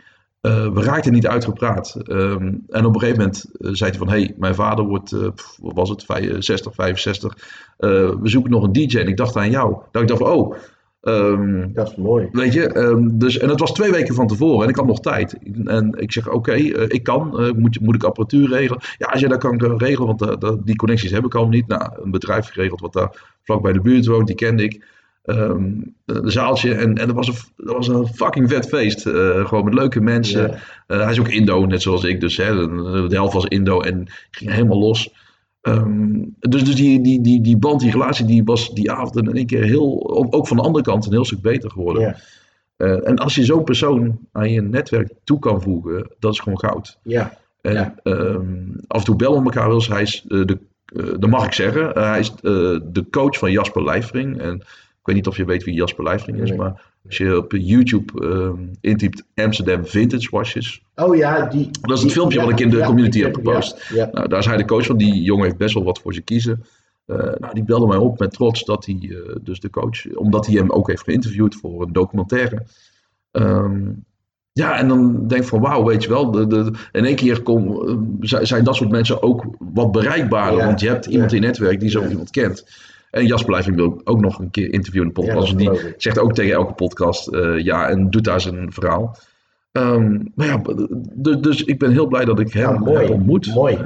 We raakten niet uitgepraat. En op een gegeven moment zei hij van... Hey, mijn vader wordt, wat was het, 60, 65. We zoeken nog een DJ. En ik dacht aan jou. Dat ik dacht van, dat is mooi. weet je, en dat was 2 weken van tevoren. En ik had nog tijd. En ik zeg, oké, ik kan. Moet ik apparatuur regelen? Ja, als je dat kan regelen. Want die connecties heb ik al niet. Nou, een bedrijf geregeld wat daar vlak bij de buurt woont. Die kende ik. Een zaaltje en dat was een fucking vet feest. Gewoon met leuke mensen. Hij is ook Indo, net zoals ik. Dus de helft was Indo en ging helemaal los. Dus die band, die relatie, die was die avond in één keer ook van de andere kant een heel stuk beter geworden. En als je zo'n persoon aan je netwerk toe kan voegen, dat is gewoon goud. Af en toe bellen we elkaar wel eens. Hij is dat mag ik zeggen. Hij is de coach van Jasper Leifring. En ik weet niet of je weet wie Jasper Leifring is, maar als je op YouTube intypt Amsterdam Vintage Washes. Oh ja, dat is het filmpje wat ik in de community heb gepost. Nou, daar is hij de coach van. Die jongen heeft best wel wat voor ze kiezen. Die belde mij op met trots dat hij, dus de coach, omdat hij hem ook heeft geïnterviewd voor een documentaire. En dan denk ik van wauw, weet je wel, in één keer zijn dat soort mensen ook wat bereikbaarder. Want je hebt iemand in je netwerk die zo iemand kent. En Jasper Leifring wil ook nog een keer interviewen in de podcast. Ja, die zegt ook tegen elke podcast en doet daar zijn verhaal. Dus ik ben heel blij dat ik hem heb ontmoet. Mooi.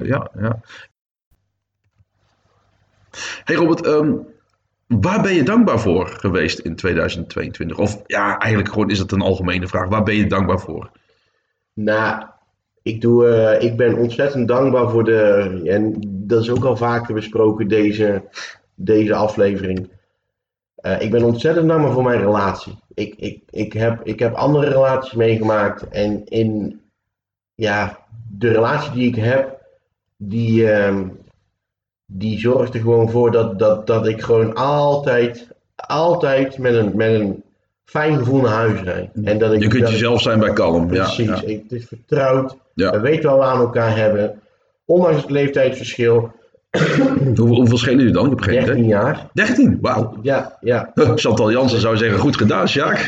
Hey Robert, waar ben je dankbaar voor geweest in 2022? Of ja, eigenlijk gewoon is het een algemene vraag. Waar ben je dankbaar voor? Nou, ik ben ontzettend dankbaar voor en dat is ook al vaker besproken deze aflevering. Ik ben ontzettend dankbaar voor mijn relatie. Ik heb andere relaties meegemaakt en de relatie die ik heb, die zorgt er gewoon voor dat ik gewoon altijd met een fijn gevoel naar huis rijd. En je kunt jezelf zijn bij kalm. Precies, het is vertrouwd. We weten wat we aan elkaar hebben. Ondanks het leeftijdsverschil. Hoeveel schelen jullie dan? Ik heb geen 13 jaar. 13? Wauw. Ja. Chantal Jansen zou zeggen, goed gedaan, Sjaak.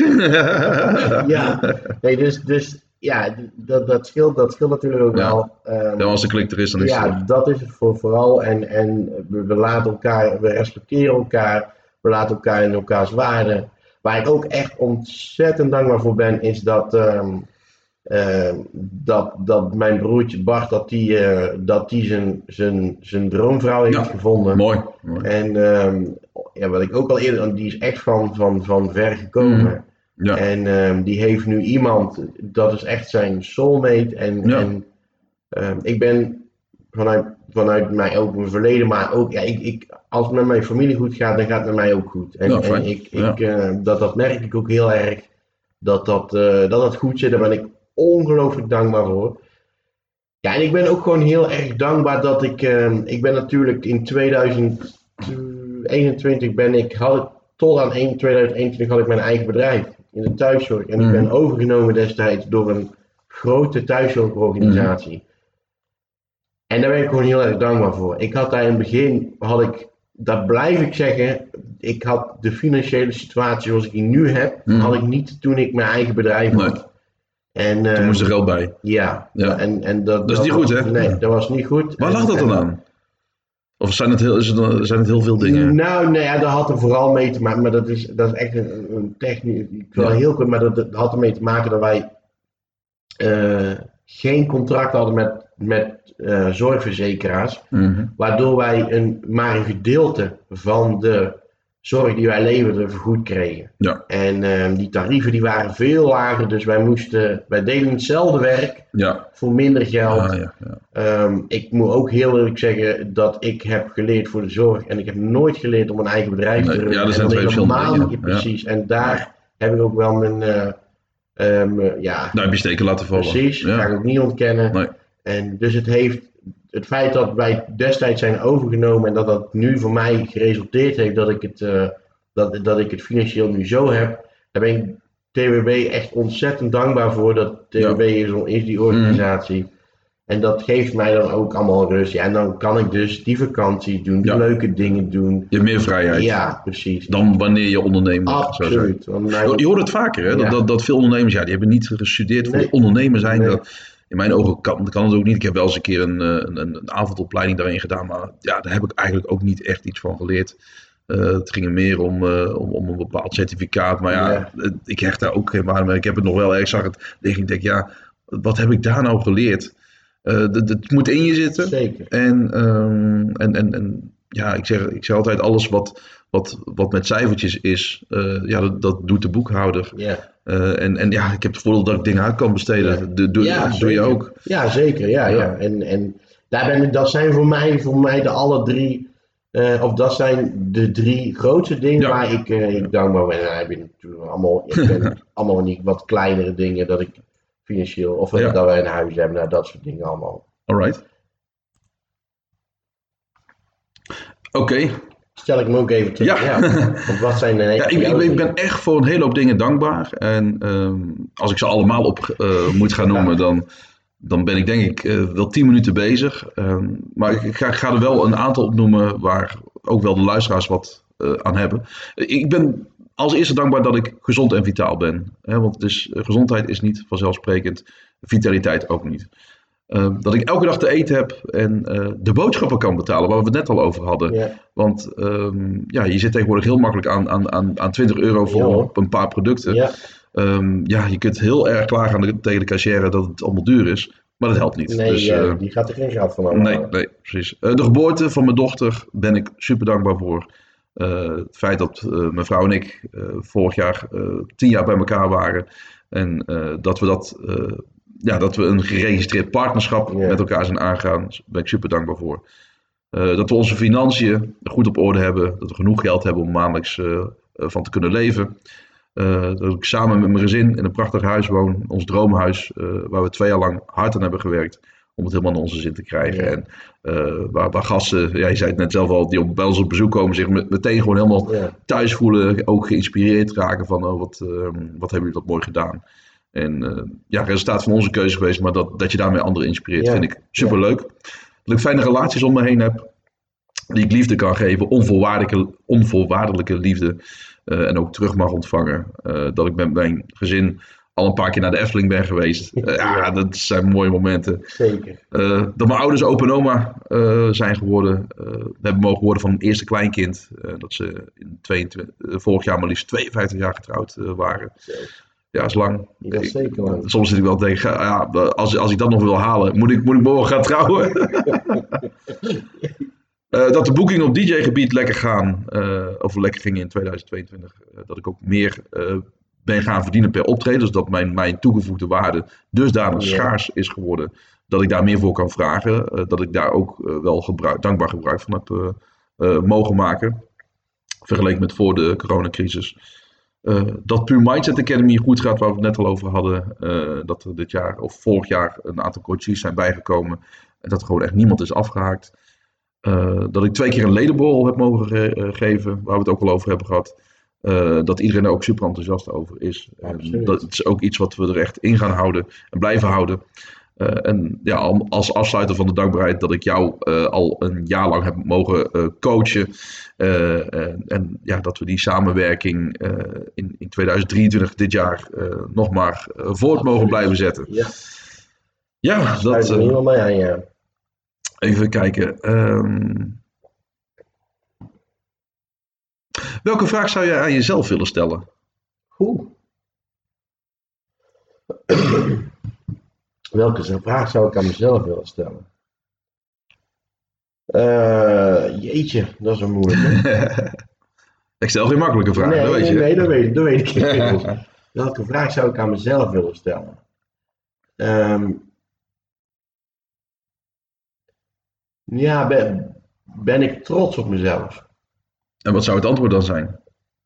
Nee, dus ja, dat scheelt natuurlijk ook wel. Als de klik er is, dan is het. Dat is het vooral. En we laten elkaar, we respecteren elkaar. We laten elkaar in elkaars waarde. Waar ik ook echt ontzettend dankbaar voor ben, is dat mijn broertje Bart, dat die zijn droomvrouw heeft gevonden. Mooi. En wat ik ook al eerder, die is echt van ver gekomen. En die heeft nu iemand, dat is echt zijn soulmate. En ik ben vanuit mij ook mijn verleden, maar ook, als het met mijn familie goed gaat, dan gaat het met mij ook goed. En dat merk ik ook heel erg, dat goed zit, daar ben ik ongelooflijk dankbaar voor. Ja, en ik ben ook gewoon heel erg dankbaar dat ik ben natuurlijk in 2021 tot aan 2021 had ik mijn eigen bedrijf in de thuiszorg. En ik ben overgenomen destijds door een grote thuiszorgorganisatie. En daar ben ik gewoon heel erg dankbaar voor. Ik had daar in het begin, dat blijf ik zeggen, ik had de financiële situatie zoals ik die nu heb, had ik niet toen ik mijn eigen bedrijf had. En, toen moest er geld bij. Ja. En dat is niet goed, hè? Nee, dat was niet goed. Waar lag dat dan aan? Of zijn het heel veel dingen? Nou, dat had er vooral mee te maken, maar dat is echt een technisch, wel heel goed, maar dat had ermee te maken dat wij geen contract hadden met zorgverzekeraars, waardoor wij maar een gedeelte van de zorg die wij leverden vergoed kregen. Ja. En die tarieven die waren veel lager, dus wij deden hetzelfde werk voor minder geld. Ik moet ook heel eerlijk zeggen dat ik heb geleerd voor de zorg en ik heb nooit geleerd om een eigen bedrijf te runnen. Ja, er zijn twee verschillende dingen. Precies, en daar heb ik ook wel mijn heb je steken laten vallen. Precies, dat ga ik ook niet ontkennen. Nee. En dus het feit dat wij destijds zijn overgenomen en dat nu voor mij geresulteerd heeft dat ik het financieel nu zo heb, daar ben ik TWB echt ontzettend dankbaar voor. Dat TWB is die organisatie. En dat geeft mij dan ook allemaal rust. Ja, en dan kan ik dus die vakantie doen, die leuke dingen doen. Je hebt meer vrijheid. Ja, precies. Dan wanneer je ondernemer Absoluut. zou zijn. Je hoort het vaker, hè? Ja. Dat veel ondernemers, die hebben niet gestudeerd voor ondernemer zijn. Nee. In mijn ogen kan het ook niet. Ik heb wel eens een keer een avondopleiding daarin gedaan, maar ja, daar heb ik eigenlijk ook niet echt iets van geleerd. Het ging er meer om een bepaald certificaat, maar ja, ik hecht daar ook geen waarde mee. Ik heb het nog wel erg, zag het liggen. Ik denk, ja, wat heb ik daar nou geleerd? Het moet in je zitten. Zeker. En ja, ik zeg altijd, alles wat met cijfertjes is, dat doet de boekhouder. Yeah. En ja, ik heb het voordeel dat ik dingen uit kan besteden. Doe je ook? Ja, zeker. Ja. En dat zijn voor mij de alle drie, of dat zijn de 3 grootste dingen waar ik dankbaar ben. Ik ben natuurlijk allemaal niet wat kleinere dingen dat ik financieel, of dat wij een huis hebben, dat soort dingen allemaal. Alright. Oké. Stel ik me ook even terug. Ja. Want wat zijn ik ben echt voor een hele hoop dingen dankbaar. En als ik ze allemaal op moet gaan noemen, dan ben ik denk ik wel 10 minuten bezig. Maar ik ga er wel een aantal opnoemen waar ook wel de luisteraars wat aan hebben. Ik ben als eerste dankbaar dat ik gezond en vitaal ben. Want gezondheid is niet vanzelfsprekend, vitaliteit ook niet. Dat ik elke dag te eten heb en de boodschappen kan betalen, waar we het net al over hadden. Ja. Want je zit tegenwoordig heel makkelijk aan €20 voor een paar producten. Ja. Je kunt heel erg klagen tegen de cashier dat het allemaal duur is, maar dat helpt niet. Nee, dus, die gaat er geen geld van aan. Nee, precies. De geboorte van mijn dochter ben ik super dankbaar voor. Het feit dat mijn vrouw en ik vorig jaar 10 jaar bij elkaar waren en dat we een geregistreerd partnerschap met elkaar zijn aangegaan, daar ben ik super dankbaar voor. Dat we onze financiën goed op orde hebben, dat we genoeg geld hebben om maandelijks van te kunnen leven. Dat ik samen met mijn gezin in een prachtig huis woon, ons droomhuis, waar we 2 jaar lang hard aan hebben gewerkt om het helemaal naar onze zin te krijgen. En waar gasten, je zei het net zelf al, die bij ons op bezoek komen, zich meteen gewoon helemaal thuis voelen, ook geïnspireerd raken van wat hebben jullie dat mooi gedaan. En resultaat van onze keuze geweest, maar dat je daarmee anderen inspireert, vind ik superleuk. Dat ik fijne relaties om me heen heb, die ik liefde kan geven, onvoorwaardelijke liefde, en ook terug mag ontvangen. Dat ik met mijn gezin al een paar keer naar de Efteling ben geweest. Dat zijn mooie momenten. Zeker. Dat mijn ouders opa en oma zijn geworden. Hebben mogen worden van een eerste kleinkind. Dat ze vorig jaar maar liefst 52 jaar getrouwd waren. Ja, is lang. Ja, zeker lang. Soms zit ik wel tegen, als ik dat nog wil halen, moet ik morgen gaan trouwen. Dat de boekingen op DJ-gebied lekker gingen in 2022. Dat ik ook meer ben gaan verdienen per optreden. Dus dat mijn toegevoegde waarde dusdanig schaars is geworden. Dat ik daar meer voor kan vragen. Dat ik daar ook wel dankbaar gebruik van heb mogen maken. Vergeleken met voor de coronacrisis. Dat Pure Mindset Academy goed gaat, waar we het net al over hadden. Dat er dit jaar of vorig jaar een aantal coaches zijn bijgekomen. En dat er gewoon echt niemand is afgehaakt. Dat ik 2 keer een ledenborrel heb mogen geven, waar we het ook al over hebben gehad. Dat iedereen er ook super enthousiast over is. Dat is ook iets wat we er echt in gaan houden en blijven houden. Als afsluiter van de dankbaarheid dat ik jou al een jaar lang heb mogen coachen. Dat we die samenwerking in 2023, dit jaar, nog maar voort mogen blijven zetten. Ja, dat sluit me mee aan, ja. Even kijken. Welke vraag zou je aan jezelf willen stellen? Welke vraag zou ik aan mezelf willen stellen? Jeetje, dat is een moeilijke. Ik stel geen makkelijke vraag, dat weet je. Nee, dat weet ik inmiddels. Welke vraag zou ik aan mezelf willen stellen? Ben ik trots op mezelf? En wat zou het antwoord dan zijn?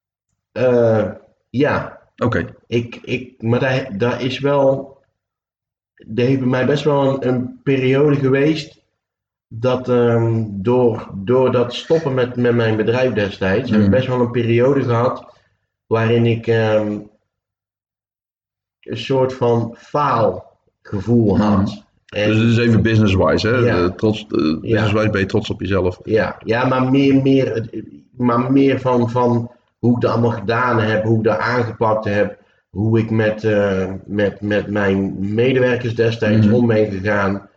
Ja. Oké. Maar daar is wel... Er heeft bij mij best wel een periode geweest dat door dat stoppen met mijn bedrijf destijds, heb ik best wel een periode gehad waarin ik een soort van faalgevoel had. En, dus het is even business-wise, hè? Ja. Business-wise ben je trots op jezelf. Ja, maar meer van hoe ik dat allemaal gedaan heb, hoe ik dat aangepakt heb, hoe ik met mijn medewerkers destijds om ben gegaan.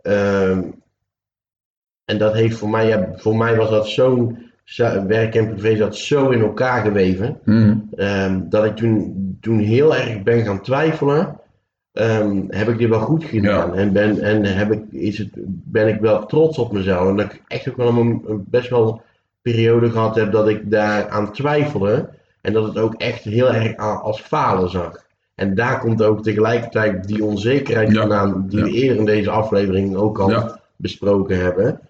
En dat heeft voor mij was dat zo'n werk en privé dat zo in elkaar geweven, dat ik toen heel erg ben gaan twijfelen. Heb ik dit wel goed gedaan? Ja. Ben ik wel trots op mezelf? En dat ik echt ook wel een best wel periode gehad heb dat ik daar aan twijfelde. En dat het ook echt heel erg als falen zag. En daar komt ook tegelijkertijd die onzekerheid vandaan, die we eerder in deze aflevering ook al besproken hebben.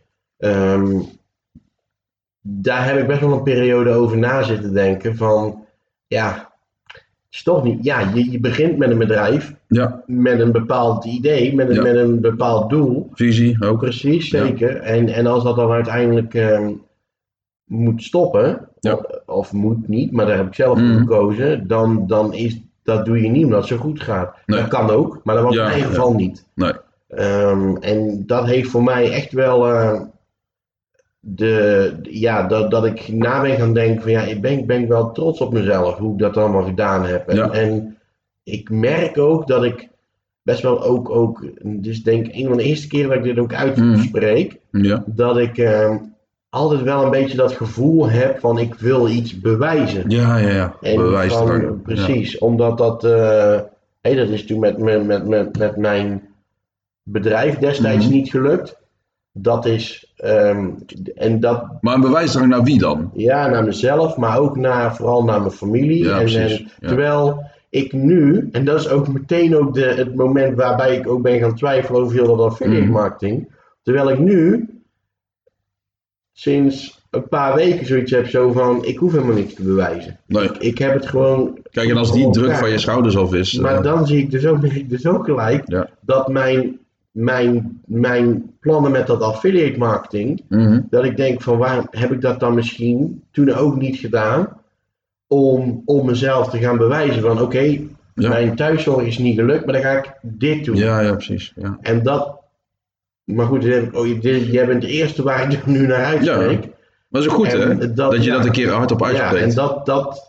Daar heb ik best wel een periode over na zitten denken van, is toch niet. Ja, je begint met een bedrijf, met een bepaald idee, met een bepaald doel. Visie ook. Precies, zeker. En als dat dan uiteindelijk moet stoppen, of moet niet, maar daar heb ik zelf voor gekozen, dan is dat doe je niet omdat het zo goed gaat. Nee. Dat kan ook, maar dat was in mijn geval niet. Nee. En dat heeft voor mij echt wel dat ik na ben gaan denken van ik ben wel trots op mezelf hoe ik dat allemaal gedaan heb. En ik merk ook dat ik best wel ook dus denk een van de eerste keren dat ik dit ook uitspreek, dat ik altijd wel een beetje dat gevoel heb van ik wil iets bewijzen. Ja. En precies, omdat dat is toen met mijn bedrijf destijds niet gelukt. Dat is Maar een bewijsdrang naar wie dan? Ja, naar mezelf, maar ook vooral naar mijn familie. Ja, Terwijl ik nu, en dat is ook meteen ook het moment waarbij ik ook ben gaan twijfelen over heel dat affiliate marketing. Terwijl ik nu sinds een paar weken zoiets heb zo van, ik hoef helemaal niks te bewijzen. Nee. Ik heb het gewoon. Kijk, en als die druk van je schouders af is. Maar dan zie ik dus ook gelijk dat mijn plannen met dat affiliate marketing, dat ik denk van waarom heb ik dat dan misschien toen ook niet gedaan om mezelf te gaan bewijzen van oké, mijn thuiszorg is niet gelukt, maar dan ga ik dit doen. Ja, precies. Ja. En dat, maar goed, jij bent de eerste waar ik nu naar uitspreek. Ja, maar dat is ook goed hè, dat je dat een keer hardop uitspreekt. Ja,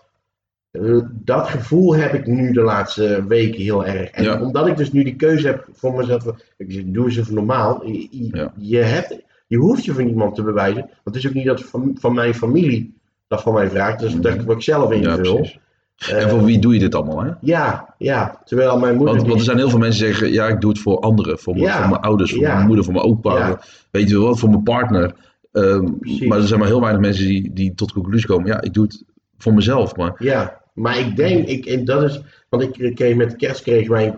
en dat gevoel heb ik nu de laatste weken heel erg. En omdat ik dus nu die keuze heb voor mezelf, ik doe eens even normaal. Je hoeft je van niemand te bewijzen. Want het is ook niet dat van mijn familie dat van mij vraagt. Dus dat is wat ik zelf invul. En voor wie doe je dit allemaal hè? Ja. Terwijl mijn moeder... Want er zijn heel veel mensen die zeggen, ik doe het voor anderen. Voor mijn ouders, voor mijn moeder, voor mijn opa. Weet je wel wat, voor mijn partner. Maar er zijn maar heel weinig mensen die tot de conclusie komen, ik doe het voor mezelf. Maar ik denk, en dat is, want ik kreeg met kerst kregen wij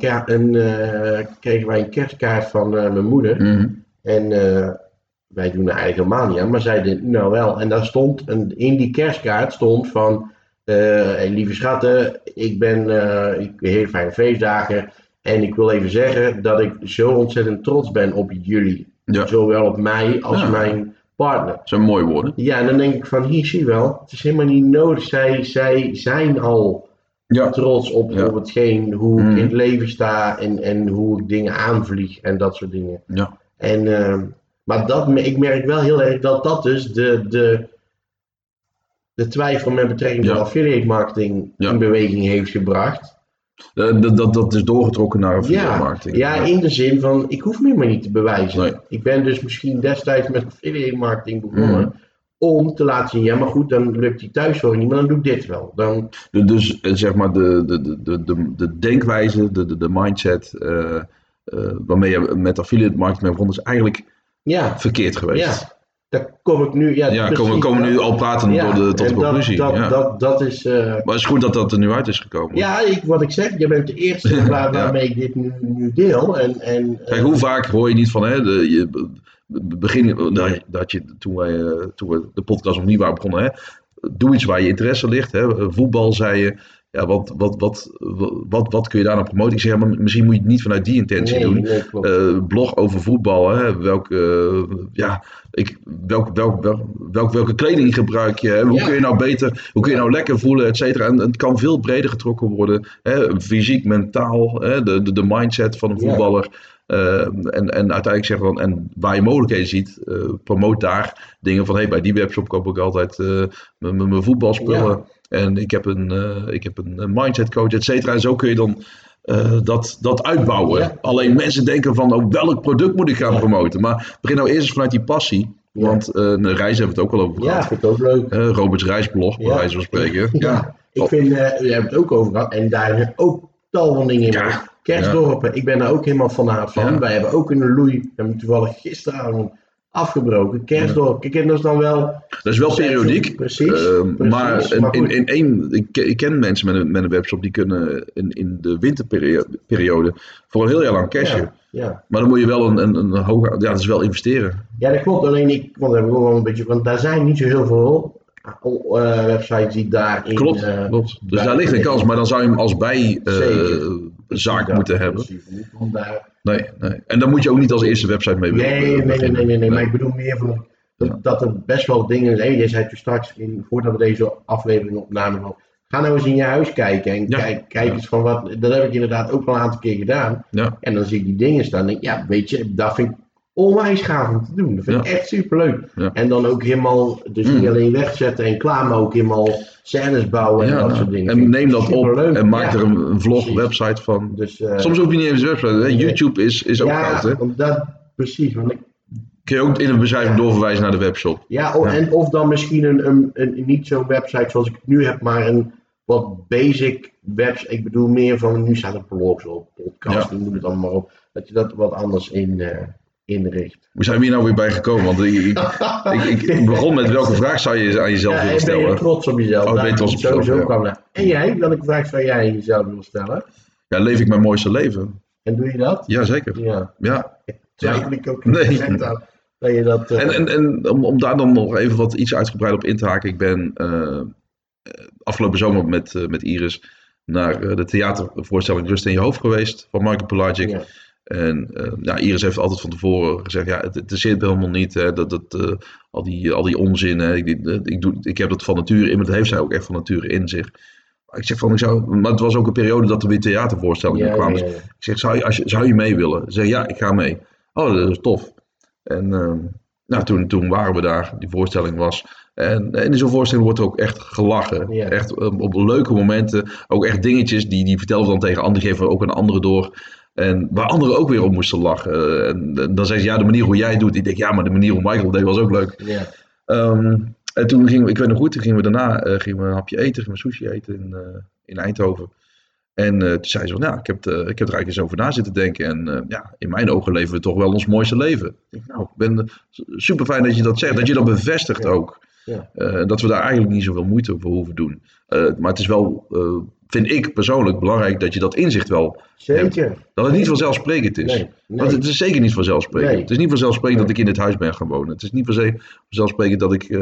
een kerstkaart van mijn moeder. En wij doen er eigenlijk helemaal niet aan, maar zij deed nou wel. En daar stond, in die kerstkaart stond van, lieve schatten, ik heel fijne feestdagen. En ik wil even zeggen dat ik zo ontzettend trots ben op jullie. Zowel op mij als mijn partner. Dat zijn mooie woorden. Ja, en dan denk ik van, hier zie je wel, het is helemaal niet nodig. Zij zijn al trots op hetgeen, hoe ik in het leven sta en hoe ik dingen aanvlieg en dat soort dingen. Ja. Maar ik merk wel heel erg dat dus de twijfel met betrekking tot affiliate marketing in beweging heeft gebracht. Dat is doorgetrokken naar affiliate marketing. Ja, in de zin van, ik hoef me maar niet te bewijzen. Nee. Ik ben dus misschien destijds met affiliate marketing begonnen om te laten zien, maar goed, dan lukt die thuiszorg niet, maar dan doe ik dit wel. Dus zeg maar de denkwijze, de mindset waarmee je met affiliate marketing bent begonnen, is eigenlijk verkeerd geweest. Ja. Daar kom ik nu... komen nu al praten tot de conclusie. Dat is... Maar het is goed dat dat er nu uit is gekomen. Ja, wat ik zeg, je bent de eerste waarmee ik dit nu deel. Kijk, hoe vaak hoor je niet van... toen we de podcast nog niet waren begonnen... doe iets waar je interesse ligt. Voetbal, zei je... Ja, wat kun je daar nou promoten? Ik zeg, maar misschien moet je het niet vanuit die intentie doen. Nee, klopt. Blog over voetbal. Welke kleding gebruik je? Hoe kun je nou beter, hoe kun je nou lekker voelen, et cetera. En het kan veel breder getrokken worden. Fysiek, mentaal, de mindset van een voetballer. En uiteindelijk zeggen we dan, en waar je mogelijkheden ziet, promoot daar dingen van, bij die webshop koop ik altijd mijn voetbalspullen. Ja. En ik heb een mindset coach, et cetera. En zo kun je dan dat uitbouwen. Ja. Alleen mensen denken van, welk product moet ik gaan promoten? Maar begin nou eerst eens vanuit die passie. Ja. Want reizen hebben we het ook wel over gehad. Ja, vind ik ook leuk. Roberts reisblog, bij wijze van spreken. Ja. Ik vind, we hebben het ook over gehad. En daar zijn ook tal van dingen in. Kerstdorpen, ik ben daar ook helemaal fanaat van. Wij hebben ook een Louis, we hebben toevallig gisteravond afgebroken. Kerstdorp, kijk, en dat is dan wel... Dat is wel periodiek. Precies. Maar in één... Ik ken mensen met een webshop die kunnen in de winterperiode voor een heel jaar lang cashen. Ja. Maar dan moet je wel een hoge... Ja, dat is wel investeren. Ja, dat klopt. Alleen want daar heb ik ook wel een beetje... Want daar zijn niet zo heel veel websites die daarin... Klopt. Dus daar ligt een kans. Maar dan zou je hem als bijzaak moeten hebben. Nee. En dan moet je ook niet als eerste website mee beginnen. Nee. Maar ik bedoel meer van dat er best wel dingen zijn. Je zei toen straks, voordat we deze aflevering opnamen, ga nou eens in je huis kijken. En kijk eens van wat. Dat heb ik inderdaad ook wel een aantal keer gedaan. Ja. En dan zie ik die dingen staan. En denk ik, weet je, dat vind ik onwijs gaaf om te doen. Dat vind ik echt superleuk. Ja. En dan ook helemaal, dus niet alleen wegzetten en klaar, maar ook helemaal scènes bouwen en dat soort dingen. En neem dat op en maak er een vlog-website van. Dus, soms hoef je niet eens een website. Hè? YouTube is ook goud. Hè? Precies. Want kun je ook in een beschrijving doorverwijzen naar de webshop. Ja, en of dan misschien een niet zo'n website zoals ik het nu heb, maar een wat basic website. Ik bedoel meer van, nu staat er blogs op, podcast, noem het allemaal op. Dat je dat wat anders inricht. Hoe zijn we hier nou weer bij gekomen? Want ik begon met welke vraag zou je aan jezelf willen stellen? Ben je trots op jezelf? Ben je trots op jezelf? En jij, welke vraag zou jij aan jezelf willen stellen? Ja, leef ik mijn mooiste leven? En doe je dat? Ja, zeker. Ja. Twijfel ik ook niet aan dat je dat... En om daar dan nog even iets uitgebreid op in te haken. Ik ben afgelopen zomer met Iris naar de theatervoorstelling Rust in je hoofd geweest van Michael Pelagic. Ja. En Iris heeft altijd van tevoren gezegd, het interesseert me helemaal niet, hè, al die onzin. Hè, ik heb dat van nature in, maar dat heeft zij ook echt van nature in zich. Ik zeg maar het was ook een periode dat er weer theatervoorstellingen kwamen. Ja. Ik zeg, zou je mee willen? Ze zei, ik ga mee. Oh, dat is tof. En toen waren we daar, die voorstelling was. En in zo'n voorstelling wordt er ook echt gelachen. Ja. Echt op leuke momenten. Ook echt dingetjes, die vertellen we dan tegen anderen, geven we ook aan anderen door. En waar anderen ook weer op moesten lachen. En dan zeggen ze, de manier hoe jij het doet. Ik denk, maar de manier hoe Michael deed was ook leuk. Ja. En toen gingen we, ik weet nog goed, toen gingen we daarna een hapje eten, gingen we sushi eten in Eindhoven. En toen zei ze, ik heb er eigenlijk eens over na zitten denken. En in mijn ogen leven we toch wel ons mooiste leven. Ik ben super fijn dat je dat zegt, dat je dat bevestigt ook. Ja. Dat we daar eigenlijk niet zoveel moeite voor hoeven doen. Maar het is wel, vind ik persoonlijk, belangrijk dat je dat inzicht wel hebt. Dat het niet vanzelfsprekend is. Nee. Want het is zeker niet vanzelfsprekend. Nee. Het is niet vanzelfsprekend dat ik in dit huis ben gaan wonen. Het is niet vanzelfsprekend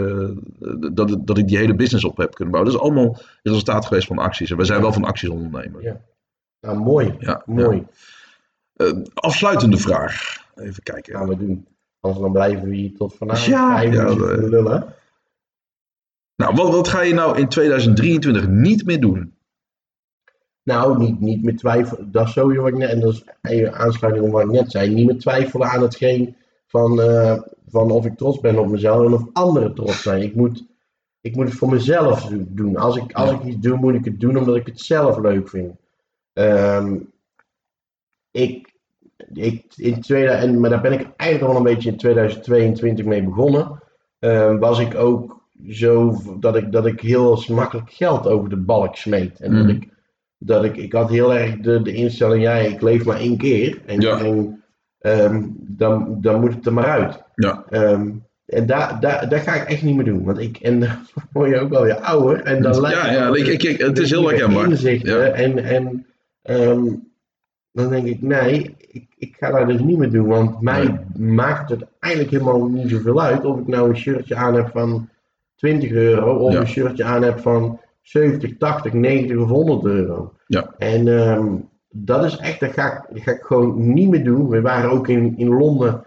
dat ik die hele business op heb kunnen bouwen. Dat is allemaal resultaat geweest van acties. En wij zijn wel van acties ondernemen. Ja. Nou, mooi. Ja, mooi. Ja. Afsluitende vraag. Even kijken. Gaan we doen. Anders dan blijven we hier tot vanavond lullen. Nou, wat ga je nou in 2023 niet meer doen? Nou, niet meer twijfelen. Dat is sowieso wat ik net, en dat is even aansluiting op wat ik net zei. Niet meer twijfelen aan hetgeen van of ik trots ben op mezelf en of anderen trots zijn. Ik moet het voor mezelf doen. Als ik iets doe, moet ik het doen omdat ik het zelf leuk vind. Maar daar ben ik eigenlijk al een beetje in 2022 mee begonnen. Was ik ook zo dat ik heel makkelijk geld over de balk smeet. En ik had heel erg de instelling, ik leef maar één keer. En dan moet het er maar uit. Ja. En daar ga ik echt niet meer doen. En dan word je ook wel weer ouder. En dan het is heel herkenbaar. Ja. En dan denk ik, nee, ik ga dat dus niet meer doen. Want mij maakt het eigenlijk helemaal niet zoveel uit of ik nou een shirtje aan heb van €20 of een shirtje aan heb van 70, 80, 90 of €100. Ja. En dat is echt, dat ga ik gewoon niet meer doen. We waren ook in Londen.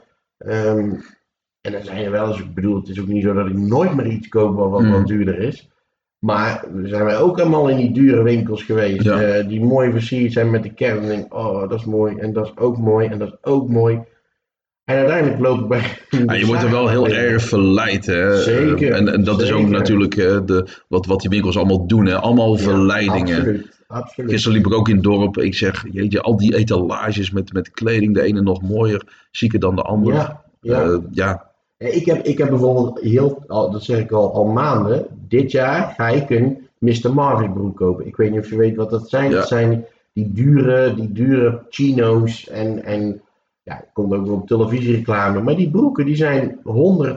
En dan zijn je wel eens, ik bedoel, het is ook niet zo dat ik nooit meer iets koop wat duurder is. Maar zijn wij ook allemaal in die dure winkels geweest. Ja. Die mooi versierd zijn met de kern. En denk oh, dat is mooi. En dat is ook mooi. En dat is ook mooi. En uiteindelijk loop ik bij... Je wordt er wel heel erg verleid. Hè? Zeker. En dat is ook natuurlijk wat die winkels allemaal doen. Hè? Allemaal verleidingen. Absoluut. Gisteren liep ik ook in het dorp. Ik zeg, jeetje, al die etalages met kleding. De ene nog mooier, chiquer dan de andere. Ja. Ik heb bijvoorbeeld dat zeg ik al maanden. Dit jaar ga ik een Mr. Marvis broek kopen. Ik weet niet of je weet wat dat zijn. Ja. Dat zijn die dure chino's en het komt ook op televisiereclame. Maar die broeken die zijn €110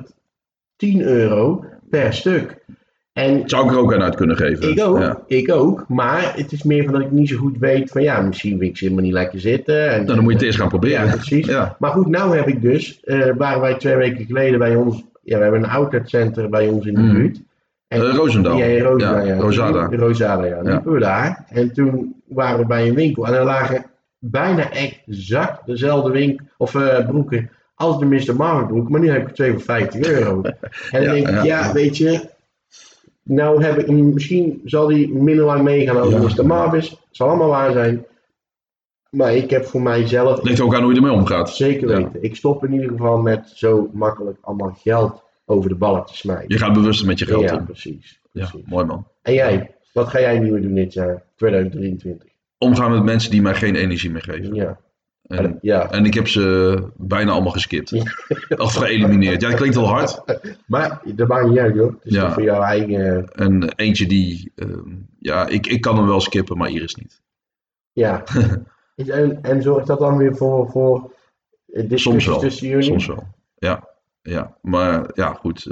per stuk. En Zou ik er ook aan uit kunnen geven. Ik ook. Maar het is meer van dat ik niet zo goed weet van misschien vind ik ze helemaal niet lekker zitten. En Dan moet je het eerst gaan proberen. Ja, precies. Ja. Maar goed, nou heb ik dus, waren wij 2 weken geleden bij ons, we hebben een outletcenter bij ons in de buurt. Roosendaal. Rosada. Ja. Liepen we daar. En toen waren we bij een winkel en er lagen bijna exact dezelfde broeken als de Mr. Marvis broek. Maar nu heb ik 2 voor €50. En dan denk ik, weet je... Nou heb ik misschien zal die minder lang meegaan over Mr. Marvis. Het zal allemaal waar zijn. Maar ik heb voor mijzelf... Ligt ook aan hoe je ermee omgaat. Zeker weten. Ja. Ik stop in ieder geval met zo makkelijk allemaal geld over de ballen te smijten. Je gaat bewuster met je geld om. Ja, precies. Ja, mooi man. En jij? Wat ga jij nu doen dit jaar? 2023? Omgaan met mensen die mij geen energie meer geven. Ja. En ik heb ze bijna allemaal geskipt. Of geëlimineerd. Ja, dat klinkt wel hard. Maar dat maakt niet uit hoor. Het is toch voor jouw eigen... En eentje die... ik kan hem wel skippen, maar Iris niet. Ja. en zorgt dat dan weer voor discussies tussen jullie? Soms wel. Ja. Maar ja, goed.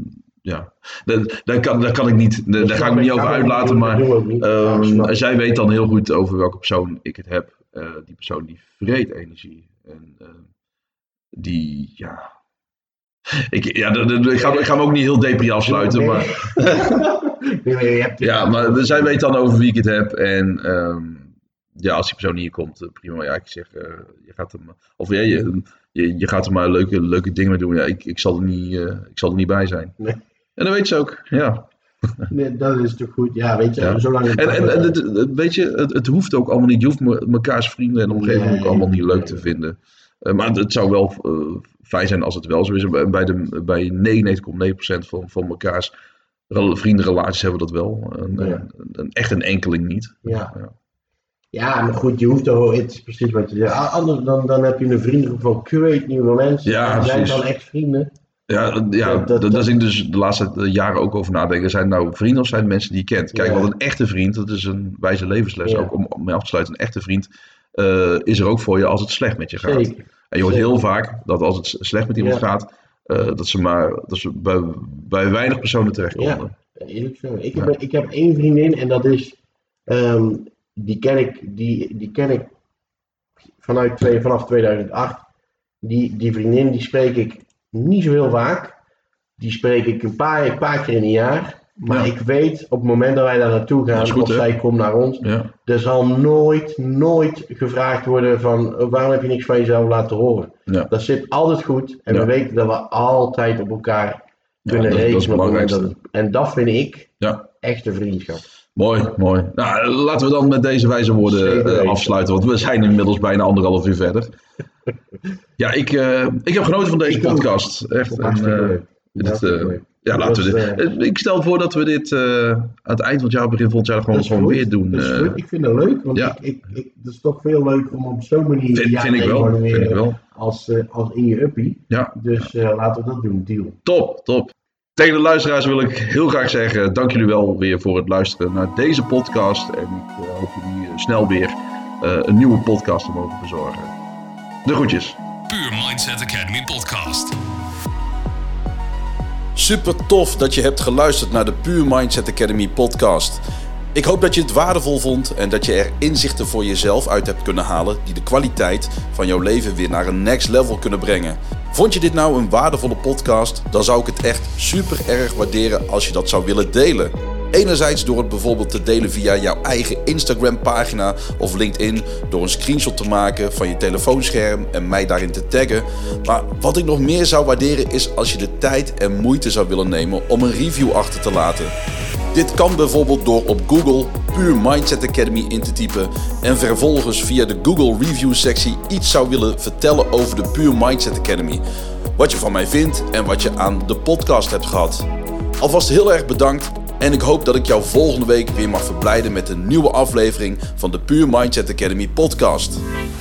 Daar kan ik niet... Daar ga ik me niet over uitlaten. Maar zij weet dan heel goed over welke persoon ik het heb. Die persoon die vreet energie. En die, Ik ga me ook niet heel depri afsluiten. Maar, maar zij weet dan over wie ik het heb. En als die persoon hier komt, prima. Ja, ik zeg, je gaat hem... Of je gaat er maar leuke dingen mee doen. Ja, ik zal er niet bij zijn. Nee. En dat weet ze ook, ja. Nee, dat is toch goed. Ja, weet je, zolang het... weet je, het hoeft ook allemaal niet. Je hoeft mekaars vrienden en omgeving ook allemaal niet leuk te vinden. Maar het zou wel fijn zijn als het wel zo is. Bij 99,9% van mekaars vriendenrelaties hebben we dat wel. Echt een enkeling niet. Ja, maar goed, je hoeft toch... Het is precies wat je zegt. Anders dan heb je een vriendengroep van weet niet hoeveel mensen. Ja, zijn dan echt vrienden. Daar zit ik dus de laatste jaren ook over nadenken. Zijn het nou vrienden of zijn het mensen die je kent? Kijk, wat een echte vriend, dat is een wijze levensles ook om mee af te sluiten. Een echte vriend is er ook voor je als het slecht met je gaat. Zeker. En je hoort heel vaak dat als het slecht met iemand gaat, dat ze bij weinig personen terechtkomen. Ja, eerlijk zo. Ik heb 1 vriendin en dat is, die ken ik vanaf 2008. Die vriendin die spreek ik niet zo heel vaak. Die spreek ik een paar keer in een jaar. Maar ik weet op het moment dat wij daar naartoe gaan, zij komt naar ons, er zal nooit gevraagd worden van waarom heb je niks van jezelf laten horen. Ja. Dat zit altijd goed en we weten dat we altijd op elkaar kunnen rekenen. En dat vind ik echte vriendschap. Mooi. Nou, laten we dan met deze wijze woorden afsluiten, want we zijn inmiddels bijna 1,5 uur verder. Ja, ik heb genoten van deze podcast. Echt. Ik stel voor dat we dit aan het eind van het jaar, begin volgend jaar gewoon weer doen. Dat is goed. Ik vind het leuk, want het is toch veel leuk om op zo'n manier vind ik wel. Als in je uppie. Ja. Dus laten we dat doen, deal. Top. Tegen de luisteraars wil ik heel graag zeggen, dank jullie wel weer voor het luisteren naar deze podcast. En ik hoop jullie snel weer een nieuwe podcast te mogen verzorgen. De groetjes. Pure Mindset Academy podcast. Super tof dat je hebt geluisterd naar de Pure Mindset Academy podcast. Ik hoop dat je het waardevol vond en dat je er inzichten voor jezelf uit hebt kunnen halen die de kwaliteit van jouw leven weer naar een next level kunnen brengen. Vond je dit nou een waardevolle podcast? Dan zou ik het echt super erg waarderen als je dat zou willen delen. Enerzijds door het bijvoorbeeld te delen via jouw eigen Instagram pagina of LinkedIn, door een screenshot te maken van je telefoonscherm en mij daarin te taggen. Maar wat ik nog meer zou waarderen is als je de tijd en moeite zou willen nemen om een review achter te laten. Dit kan bijvoorbeeld door op Google Pure Mindset Academy in te typen en vervolgens via de Google Review sectie iets zou willen vertellen over de Pure Mindset Academy. Wat je van mij vindt en wat je aan de podcast hebt gehad. Alvast heel erg bedankt en ik hoop dat ik jou volgende week weer mag verblijden met een nieuwe aflevering van de Pure Mindset Academy podcast.